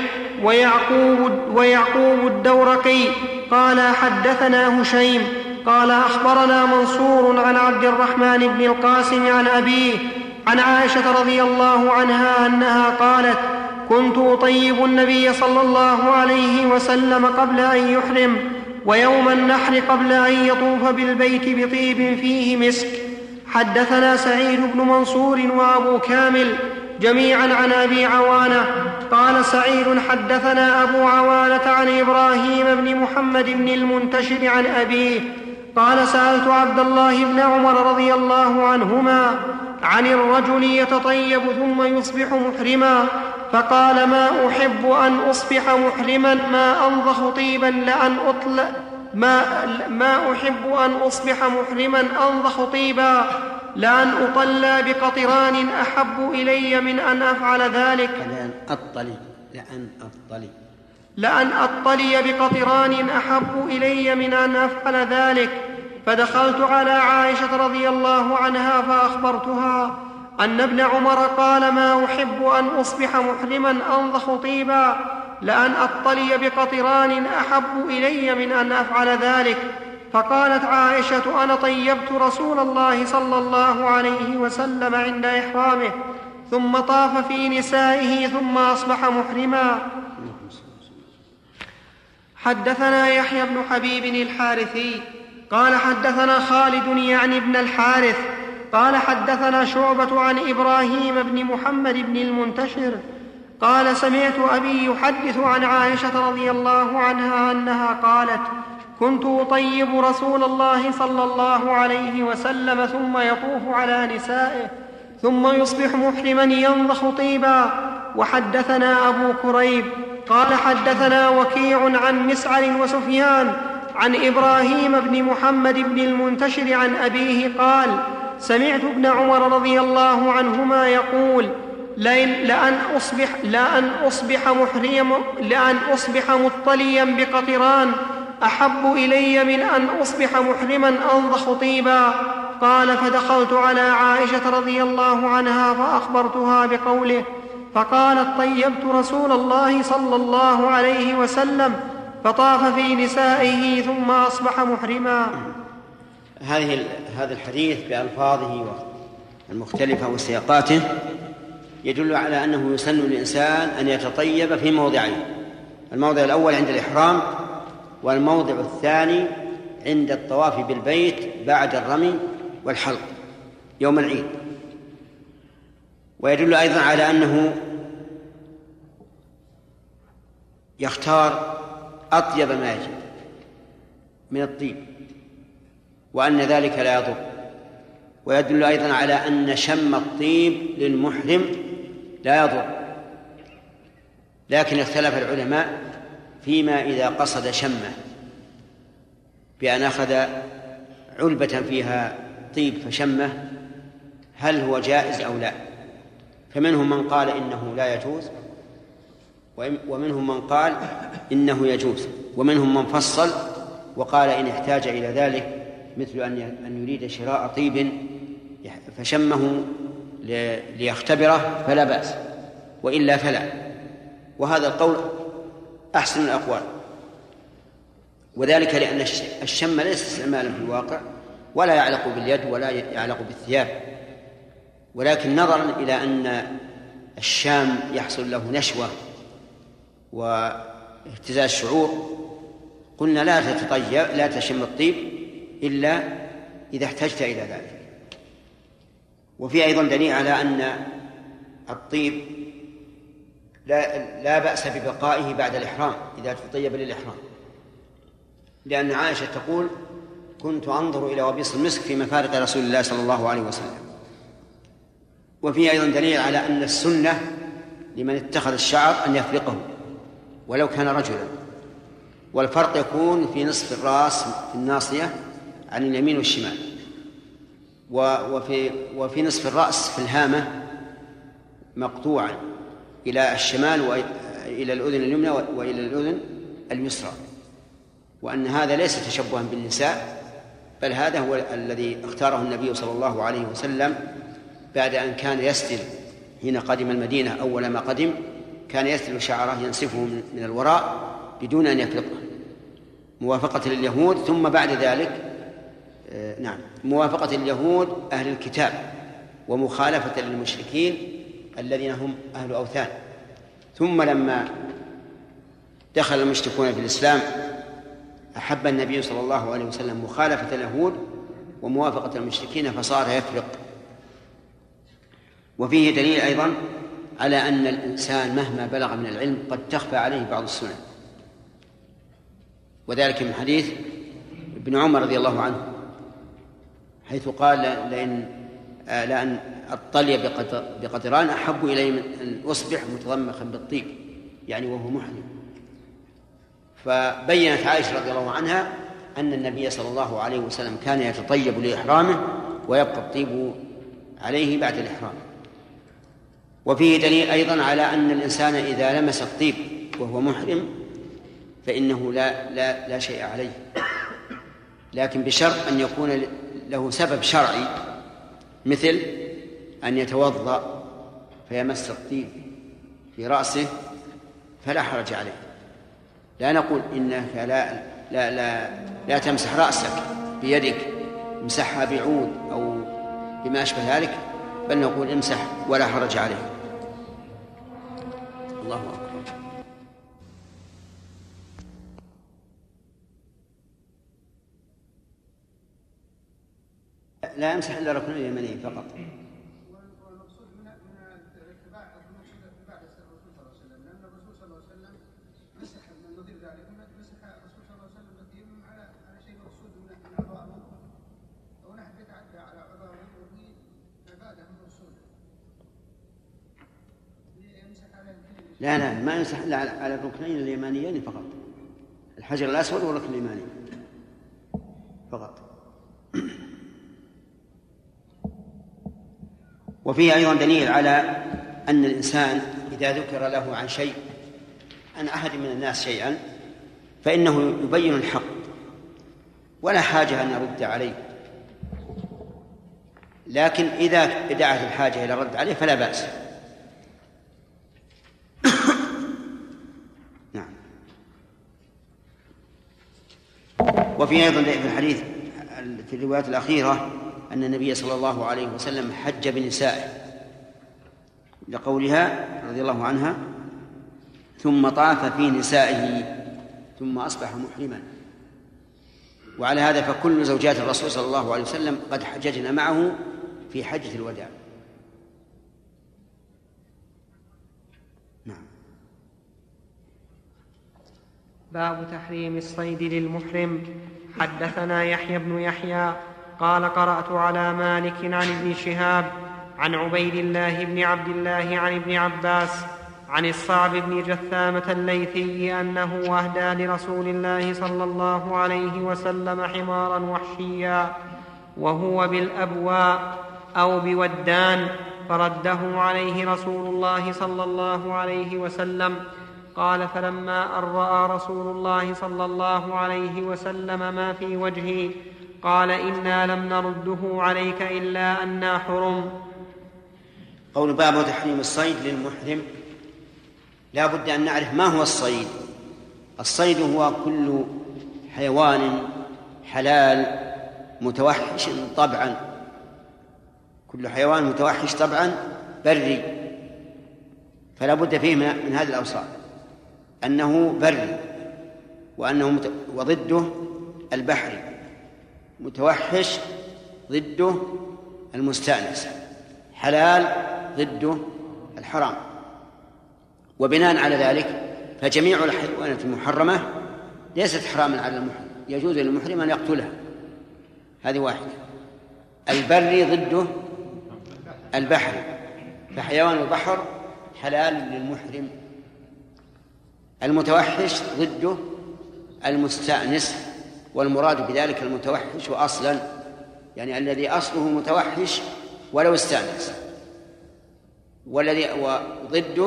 ويعقوب الدورقي قال حدثنا هشيم قال أخبرنا منصور عن عبد الرحمن بن القاسم عن أبيه عن عائشة رضي الله عنها أنها قالت كنت أطيب النبي صلى الله عليه وسلم قبل أن يحرم ويوم النحر قبل أن يطوف بالبيت بطيب فيه مسك. حدثنا سعيد بن منصور وأبو كامل جميعا عن أبي عوانة قال سعيد حدثنا أبو عوانة عن إبراهيم بن محمد بن المنتشر عن أبيه قال سألت عبد الله بن عمر رضي الله عنهما عن الرجل يتطيب ثم يصبح محرما فقال ما أحب أن أصبح محرما ما أنضخ طيبا ما أحب أن أصبح محرما أنضخ طيبا لأن أطلى بقطران أحب إلي من أن أفعل ذلك لأن أطلي بقطران أحب إلي من أن أفعل ذلك. فدخلت على عائشة رضي الله عنها فأخبرتها أن ابن عمر قال ما أحب أن أصبح محرما أنضخ طيبا لأن أطلي بقطران أحب إلي من أن أفعل ذلك. فقالت عائشة أنا طيبت رسول الله صلى الله عليه وسلم عند إحرامه ثم طاف في نسائه ثم أصبح محرما. حدثنا يحيى بن حبيب الحارثي قال حدثنا خالد يعني ابن الحارث قال حدثنا شعبة عن إبراهيم بن محمد بن المنتشر قال سمعت أبي يحدث عن عائشة رضي الله عنها أنها قالت كنت أطيب رسول الله صلى الله عليه وسلم ثم يطوف على نسائه ثم يصبح محرما ينضخ طيبا. وحدثنا أبو كريب قال حدثنا وكيع عن مسعر وسفيان عن إبراهيم بن محمد بن المنتشر عن أبيه قال سمعت ابن عمر رضي الله عنهما يقول لأن أصبح مطليا بقطران أحب إلي من أن أصبح محرما أنضخ طيبا. قال فدخلت على عائشة رضي الله عنها فأخبرتها بقوله فقالت طيبت رسول الله صلى الله عليه وسلم فطاف في نسائه ثم أصبح محرما. هذا الحديث بألفاظه المختلفة وسياقاته يدل على أنه يسن للإنسان أن يتطيب في موضعين: الموضع الأول عند الإحرام، والموضع الثاني عند الطواف بالبيت بعد الرمي والحلق يوم العيد. ويدل أيضا على أنه يختار أطيب ما يجد من الطيب وأن ذلك لا يضر. ويدل أيضا على أن شم الطيب للمحرم لا يضر، لكن اختلف العلماء فيما إذا قصد شمه، بأن أخذ علبة فيها طيب فشمه، هل هو جائز أو لا؟ فمنهم من قال إنه لا يجوز، ومنهم من قال إنه يجوز، ومنهم من فصل وقال إن احتاج إلى ذلك، مثل أن يريد شراء طيب فشمه ليختبره فلا بأس، وإلا فلا. وهذا القول أحسن الأقوال، وذلك لأن الشم ليس استعمالا في الواقع، ولا يعلق باليد ولا يعلق بالثياب، ولكن نظرا إلى أن الشام يحصل له نشوة واهتزاز شعور، قلنا لا تشم الطيب إلا إذا احتجت إلى ذلك. وفي أيضا دليل على أن الطيب لا بأس ببقائه بعد الإحرام إذا تطيب للإحرام، لأن عائشة تقول كنت أنظر إلى وبيص المسك في مفارق رسول الله صلى الله عليه وسلم. وفي أيضا دليل على أن السنة لمن اتخذ الشعر أن يفرقه ولو كان رجلا، والفرق يكون في نصف الرأس في الناصية عن اليمين والشمال، وفي نصف الرأس في الهامة مقطوعا إلى الشمال وإلى الأذن اليمنى وإلى الأذن اليسرى، وأن هذا ليس تشبها بالنساء، بل هذا هو الذي اختاره النبي صلى الله عليه وسلم بعد أن كان يسدل حين قدم المدينة. أول ما قدم كان يسدل شعره ينسفه من الوراء بدون أن يفرقه موافقة لليهود، ثم بعد ذلك موافقة اليهود أهل الكتاب ومخالفة للمشركين الذين هم أهل أوثان. ثم لما دخل المشركون في الإسلام أحب النبي صلى الله عليه وسلم مخالفة اليهود وموافقة المشركين فصار يفرق. وفيه دليل أيضا على أن الإنسان مهما بلغ من العلم قد تخفى عليه بعض السنن، وذلك من حديث ابن عمر رضي الله عنه حيث قال لأن أطلي بقدران أحب إلي من أن أصبح متضمخا بالطيب، يعني وهو محرم. فبينت عائشة رضي الله عنها أن النبي صلى الله عليه وسلم كان يتطيب لإحرامه ويبقى الطيب عليه بعد الإحرام. وفيه دليل أيضا على أن الإنسان إذا لمس الطيب وهو محرم فإنه لا شيء عليه، لكن بشرط أن يكون له سبب شرعي، مثل أن يتوضأ فيمس الطيب في رأسه فلا حرج عليه. لا نقول إنك لا تمسح رأسك بيدك، امسحها بعود أو بما أشبه ذلك، بل نقول امسح ولا حرج عليه. الله أكبر. لا يمسح إلا ركن اليمني فقط. والمقصود من الاتباع بعد الرسول صلى الله عليه وسلم، لأن الرسول صلى الله عليه وسلم مسح من نظير ذلك، مسح الرسول صلى الله عليه وسلم الطيب على شيء مقصود من أعضائه، ونحن يتعدى على أعضائه وفي عبادة من الرسول يمسح على لا ما يمسح إلا على الركنين اليمانيين فقط، الحجر الأسود والركن اليماني فقط. وفيه أيضا دليل على أن الإنسان إذا ذكر له عن شيء عن أحد من الناس شيئا فإنه يبين الحق ولا حاجة أن يرد عليه، لكن إذا دعت الحاجة إلى الرد عليه فلا بأس. نعم. وفي أيضا في الحديث في الروايات الأخيرة أن النبي صلى الله عليه وسلم حج بنسائه لقولها رضي الله عنها ثم طاف في نسائه ثم أصبح محرما. وعلى هذا فكل زوجات الرسول صلى الله عليه وسلم قد حججنا معه في حجة الوداع. نعم. باب تحريم الصيد للمحرم. حدثنا يحيى بن يحيى قال قرأت على مالك عن ابن شهاب عن عبيد الله بن عبد الله عن ابن عباس عن الصعب بن جثامة الليثي أنه أهدى لرسول الله صلى الله عليه وسلم حمارا وحشيا وهو بالأبواء أو بودان، فرده عليه رسول الله صلى الله عليه وسلم. قال: فلما أن رأى رسول الله صلى الله عليه وسلم ما في وجهي قال: إنا لم نرده عليك إلا أنا حرم. قول باب تحريم الصيد للمحرم، لا بد أن نعرف ما هو الصيد. الصيد هو كل حيوان حلال متوحش طبعا، كل حيوان متوحش طبعا بري، فلا بد فيه من هذه الأوصاف، أنه بري وضده البحري، متوحش ضده المستأنس، حلال ضده الحرام. وبناء على ذلك فجميع الحيوانات المحرمة ليست حراما على المحرم، يجوز للمحرم أن يقتلها، هذه واحدة. البري ضده البحري، فحيوان البحر حلال للمحرم. المتوحش ضده المستأنس، والمراد بذلك المتوحش أصلا، يعني الذي أصله متوحش ولو استأنس، والذي وضده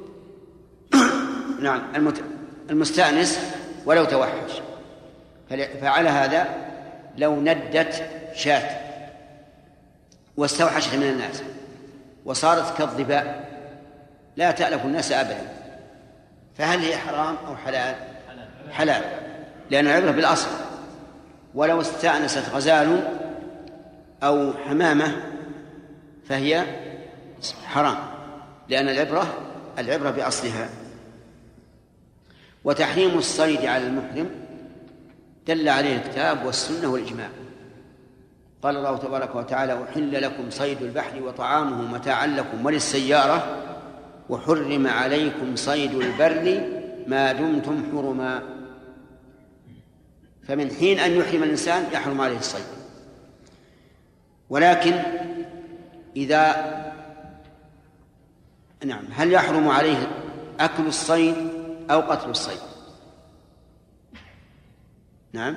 نعم المستأنس ولو توحش. فعلى هذا لو ندت شاة واستوحشت من الناس وصارت كالظباء لا تألف الناس أبدا، فهل هي حرام أو حلال؟ حلال، لأن العبرة بالأصل. ولو استأنست غزال أو حمامة فهي حرام، لأن العبرة بأصلها. وتحريم الصيد على المحرم دل عليه الكتاب والسنة والإجماع. قال الله تبارك وتعالى: أحل لكم صيد البحر وطعامه متاعا لكم وللسيارة وحرم عليكم صيد البر ما دمتم حرما. فمن حين أن يحرم الإنسان يحرم عليه الصيد. ولكن هل يحرم عليه أكل الصيد أو قتل الصيد؟ نعم،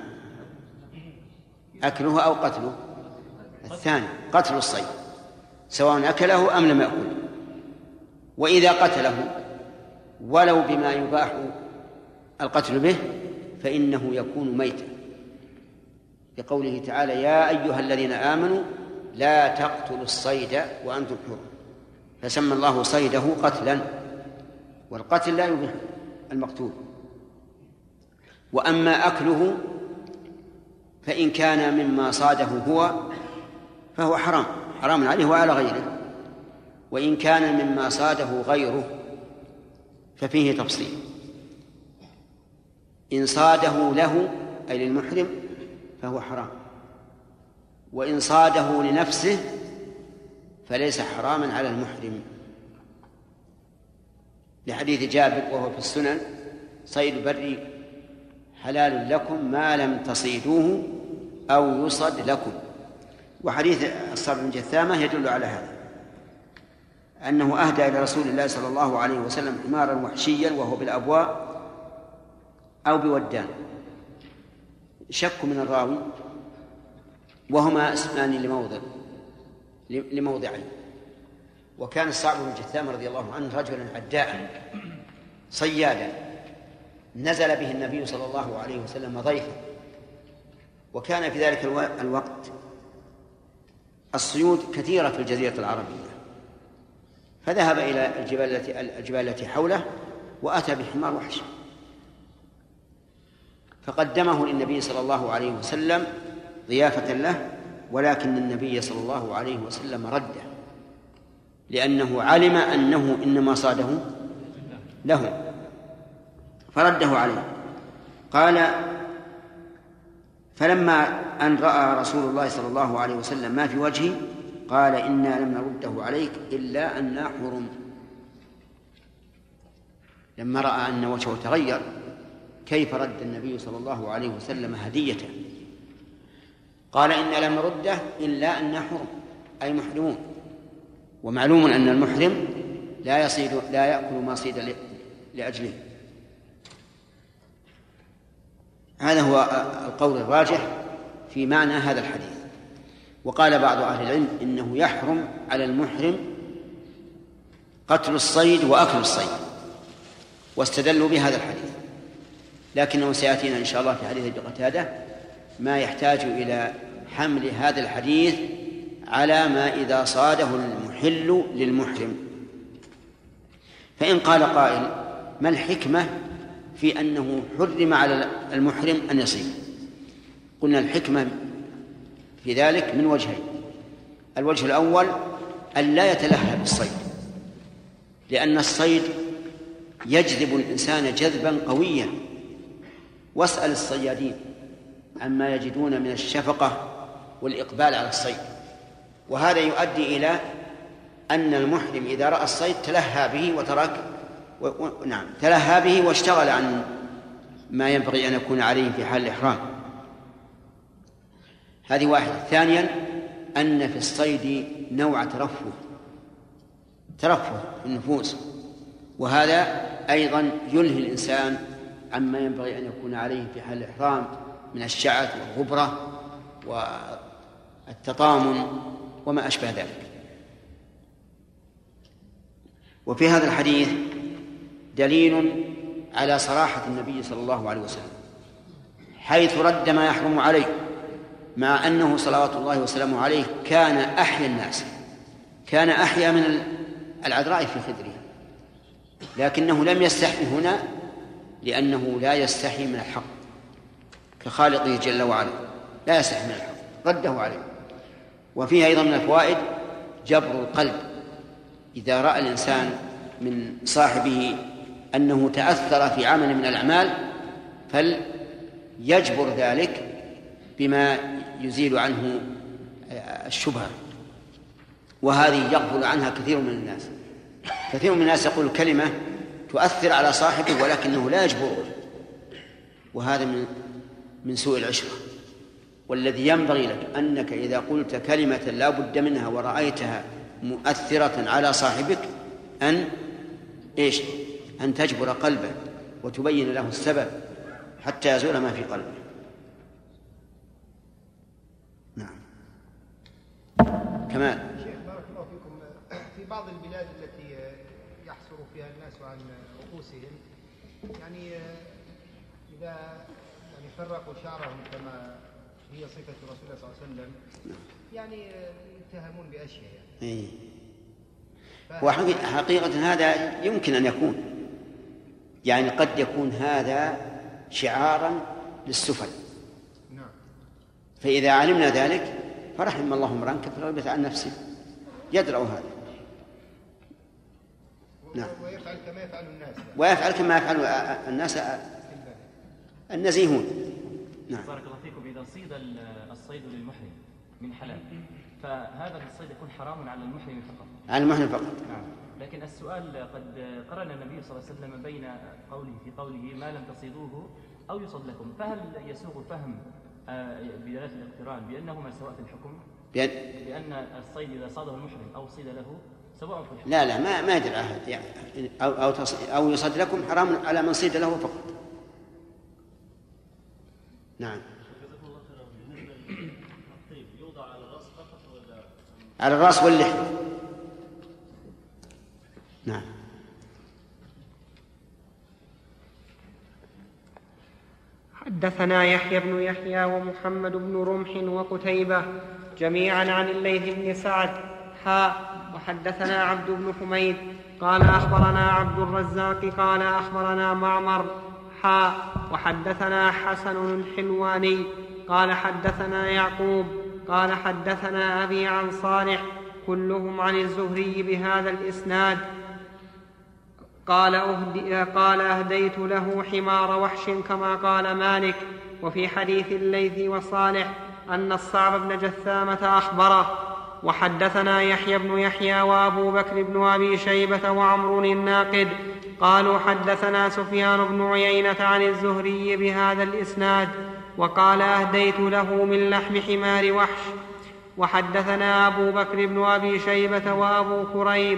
أكله أو قتله. الثاني قتل الصيد، سواء أكله أم لم يأكله. وإذا قتله ولو بما يباح القتل به فإنه يكون ميتا، لقوله تعالى: يا أيها الذين آمنوا لا تقتلوا الصيد وأنتم حرم، فسمى الله صيده قتلا، والقتل لا يبيح المقتول. وأما أكله فإن كان مما صاده فهو حرام عليه وعلى غيره، وإن كان مما صاده غيره ففيه تفصيل. إن صاده له أي للمحرم فهو حرام، وإن صاده لنفسه فليس حراما على المحرم، لحديث جابر وهو في السنن: صيد بري حلال لكم ما لم تصيدوه أو يصد لكم. وحديث الصعب بن جثامة يدل على هذا، أنه أهدى إلى رسول الله صلى الله عليه وسلم حمارا وحشيا وهو بالأبواء أو بودان. شك من الراوي، وهما اسمان لموضعين. وكان الصعب بن جثامة رضي الله عنه رجلا عداء صيادا، نزل به النبي صلى الله عليه وسلم ضيفا، وكان في ذلك الوقت الصيود كثيرة في الجزيرة العربية، فذهب إلى الجبال التي حوله وأتى بحمار وحش، فقدمه للنبي صلى الله عليه وسلم ضيافة له، ولكن النبي صلى الله عليه وسلم رده، لأنه علم أنه إنما صاده له، فرده عليه. قال: فلما أن رأى رسول الله صلى الله عليه وسلم ما في وجهي قال: إنا لم نرده عليك إلا أننا حرم. لما رأى أن وجهه تغير كيف رد النبي صلى الله عليه وسلم هديته؟ قال: إنا لم نرده إلا أننا حرم، أي محرمون. ومعلوم أن المحرم لا يأكل ما صيد لأجله. هذا هو القول الراجح في معنى هذا الحديث. وقال بعض أهل العلم إنه يحرم على المحرم قتل الصيد وأكل الصيد، واستدلوا بهذا الحديث، لكنه سيأتينا إن شاء الله في حديث ابن قتادة ما يحتاج إلى حمل هذا الحديث على ما إذا صاده المحل للمحرم. فإن قال قائل ما الحكمة في أنه حرم على المحرم أن يصيد؟ قلنا الحكمة في ذلك من وجهين. الوجه الأول أن لا يتلهى بالصيد، لأن الصيد يجذب الإنسان جذبا قويا، واسأل الصيادين عما يجدون من الشفقة والإقبال على الصيد، وهذا يؤدي إلى أن المحرم إذا رأى الصيد تلهى به وترك تلهى به واشتغل عن ما ينبغي أن يكون عليه في حال الإحرام. هذه واحدة. ثانيا أن في الصيد نوع ترفه النفوس، وهذا أيضا يلهي الإنسان عما ينبغي أن يكون عليه في حال الإحرام من الشعث والغبرة والتطامن وما أشبه ذلك. وفي هذا الحديث دليل على صراحة النبي صلى الله عليه وسلم، حيث رد ما يحرم عليه، مع أنه صلوات الله وسلامه عليه كان أحيا الناس، كان أحيا من العذراء في خدرها، لكنه لم يستحي هنا لأنه لا يستحي من الحق كخالقه جل وعلا، لا يستحي من الحق، رده عليه. وفيه أيضا من الفوائد جبر القلب، إذا رأى الإنسان من صاحبه أنه تأثر في عمل من الأعمال فليجبر ذلك بما يزيل عنه الشبهة، وهذه يغفل عنها كثير من الناس. كثير من الناس يقول كلمة تؤثر على صاحبه ولكنه لا يجبره، وهذا من سوء العشرة. والذي ينبغي لك أنك إذا قلت كلمة لا بد منها ورأيتها مؤثرة على صاحبك أن تجبر قلبه وتبين له السبب حتى يزول ما في قلبه. نعم. كمال. شيخ بارك الله فيكم، في بعض البلاد التي يحصر فيها الناس عن رؤوسهم، يعني إذا فرقوا شعرهم كما هي صفة رسول الله صلى الله عليه وسلم، يعني يتهمون بأشياء يعني. وحقيقة هذا يمكن أن يكون، يعني قد يكون هذا شعارا للسفل. نعم. فإذا علمنا ذلك فرحم الله امرأ كف الغيبة عن نفسه، يدرأ هذا. نعم. ويفعل كما يفعل الناس، ويفعل كما يفعل الناس النزيهون. نعم. بارك الله فيكم. إذا صيد الصيد للمحرم من حلال، فهذا الصيد يكون حرام على المحرم فقط. على المحرم فقط. نعم. لكن السؤال قد قرن النبي صلى الله عليه وسلم بين قوله ما لم تصيدوه أو يصد لكم، فهل يسوغ فهم بدلالة الاقتران بأنهما سواء في الحكم؟ لأن الصيد إذا صاده المحرم أو صيد له سواء في الحكم. لا ما يدري أحد يعني أو يصد لكم حرام على من صيد له فقط. نعم. على الرأس واللحية. نعم. حدثنا يحيى بن يحيى ومحمد بن رمح وقتيبة جميعا عن الليث بن سعد وحدثنا عبد بن حميد قال أخبرنا عبد الرزاق قال أخبرنا معمر وحدثنا حسن الحلواني قال حدثنا يعقوب قال حدثنا أبي عن صالح كلهم عن الزهري بهذا الإسناد قال أهديت له حمار وحش كما قال مالك. وفي حديث الليث وصالح أن الصعب بن جثامة أخبره. وحدثنا يحيى بن يحيى وأبو بكر بن أبي شيبة وعمر الناقد قالوا حدثنا سفيان بن عيينة عن الزهري بهذا الإسناد وقال أهديت له من لحم حمار وحش. وحدثنا أبو بكر بن أبي شيبة وأبو كريب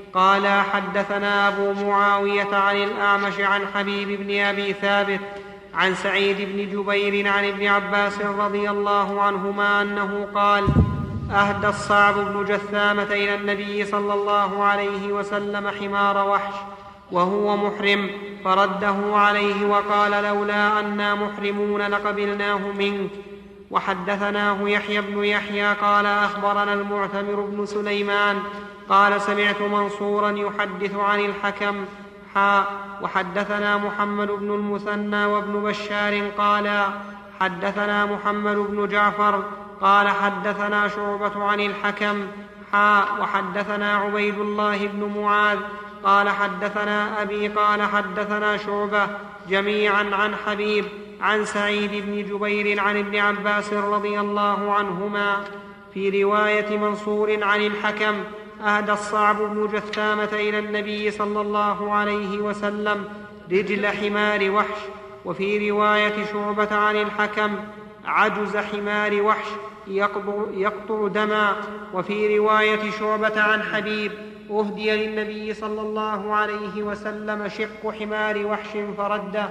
قال حدثنا أبو معاوية عن الأعمش عن حبيب بن أبي ثابت عن سعيد بن جبير عن ابن عباس رضي الله عنهما أنه قال أهدى الصعب بن جثامة إلى النبي صلى الله عليه وسلم حمار وحش وهو محرم فرده عليه وقال لولا أنا محرمون لقبلناه منك. وحدثناه يحيى بن يحيى قال أخبرنا المعتمر بن سليمان قال سمعت منصورا يحدث عن الحكم وحدثنا محمد بن المثنى وابن بشار قال حدثنا محمد بن جعفر قال حدثنا شعبة عن الحكم وحدثنا عبيد الله بن معاذ قال حدثنا أبي قال حدثنا شعبة جميعا عن حبيب عن سعيد بن جبير عن ابن عباس رضي الله عنهما. في رواية منصور عن الحكم أهدى الصعب بن جثامة إلى النبي صلى الله عليه وسلم رجل حمار وحش. وفي رواية شعبة عن الحكم عجز حمار وحش يقطع دما. وفي رواية شعبة عن حبيب أهدي للنبي صلى الله عليه وسلم شق حمار وحش فرده.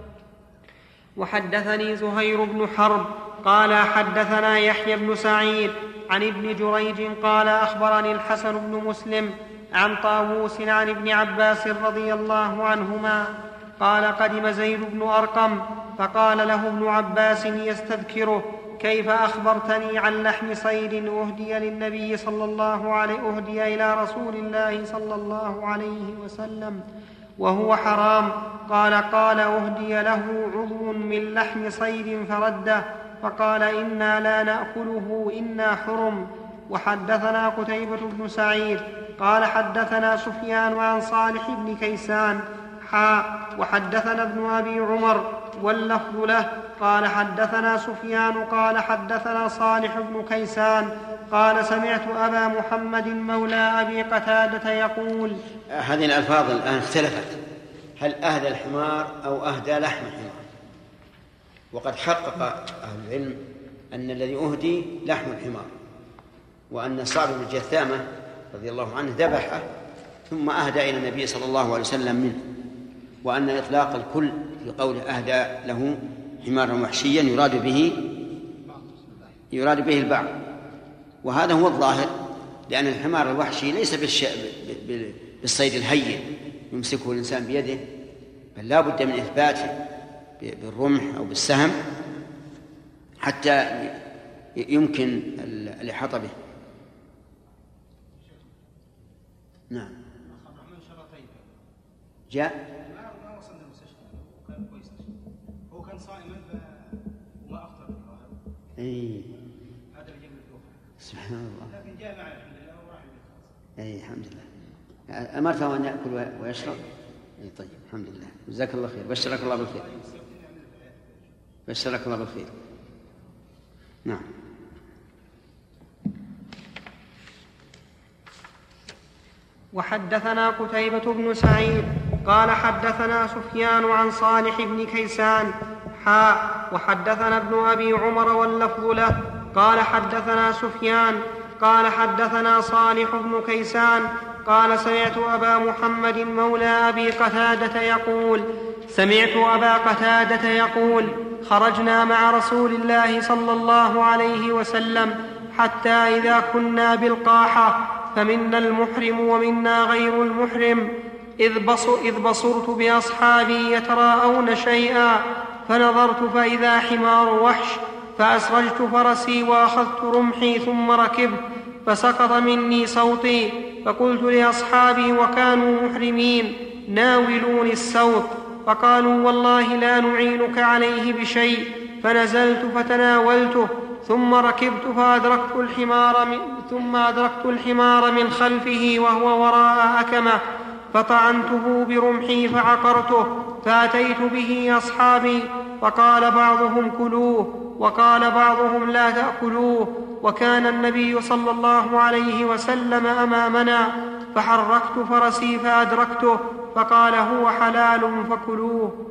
وحدثني زهير بن حرب قال حدثنا يحيى بن سعيد عن ابن جريج قال أخبرني الحسن بن مسلم عن طاووس عن ابن عباس رضي الله عنهما قال قدم زيد بن أرقم فقال له ابن عباس يستذكره كيف أخبرتني عن لحم صيد أهدي للنبي صلى الله عليه أهدي إلى رسول الله صلى الله عليه وسلم وهو حرام؟ قال أهدي له عضو من لحم صيد فرده فقال إنا لا نأكله إنا حرم. وحدثنا قتيبة بن سعيد قال حدثنا سفيان عن صالح بن كيسان وحدثنا ابن أبي عمر واللفظ له قال حدثنا سفيان قال حدثنا صالح بن كيسان قال سمعت أبا محمد مولى أبي قتادة يقول. هذه الألفاظ الآن اختلفت، هل أهدى الحمار أو أهدى لحم الحمار؟ وقد حقق أهل العلم أن الذي أهدي لحم الحمار، وأن صعب بن جثامة رضي الله عنه ذبحه ثم أهدى إلى النبي صلى الله عليه وسلم منه، وأن إطلاق الكل في قوله أهدى له حمارا وحشيا يراد به البعض، وهذا هو الظاهر، لأن الحمار الوحشي ليس بالصيد الهين يمسكه الإنسان بيده، بل لا بد من إثباته بالرمح أو بالسهم حتى يمكن الإحاطة به. نعم. جاء هو كان صائما وما أفطر اي هذا اللي جاب سبحان الله. لكن جاء معه الحمد لله وراح البيت. اي الحمد لله. أمرته أن يأكل ويشرب. اي طيب الحمد لله، جزاك الله خير، بشرك الله بالخير. بشرك الله بالخير. نعم. وحدثنا قتيبة بن سعيد قال حدثنا سفيان عن صالح بن كيسان وحدثنا ابن أبي عمر واللفظ له قال حدثنا سفيان قال حدثنا صالح بن كيسان قال سمعت أبا محمد مولى أبي قتادة يقول خرجنا مع رسول الله صلى الله عليه وسلم حتى إذا كنا بالقاحة فمنا المحرم ومنا غير المحرم إذ بصرت بأصحابي يتراءون شيئا فنظرت فإذا حمار وحش فأسرجت فرسي وأخذت رمحي ثم ركبت فسقط مني صوتي فقلت لأصحابي وكانوا محرمين ناولوني السوط فقالوا والله لا نعينك عليه بشيء فنزلت فتناولته ثم ركبت فأدركت الحمار من خلفه وهو وراء أكمه فطعنته برمحي فعقرته فأتيت به أصحابي فقال بعضهم كلوه وقال بعضهم لا تأكلوه وكان النبي صلى الله عليه وسلم أمامنا فحركت فرسي فأدركته فقال هو حلال فكلوه.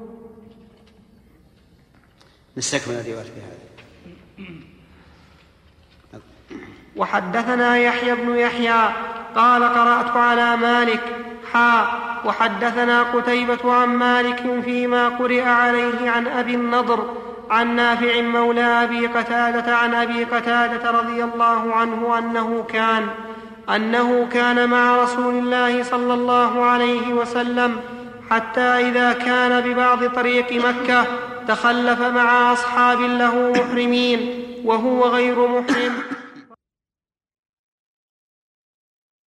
نستكمل الرواية في هذا. وحدثنا يحيى بن يحيى قال قرأت على مالك وحدثنا قتيبة عن مالك فيما قرئ عليه عن أبي النضر عن نافع مولى أبي قتادة عن أبي قتادة رضي الله عنه أنه كان مع رسول الله صلى الله عليه وسلم حتى إذا كان ببعض طريق مكة تخلف مع أصحاب له محرمين وهو غير محرم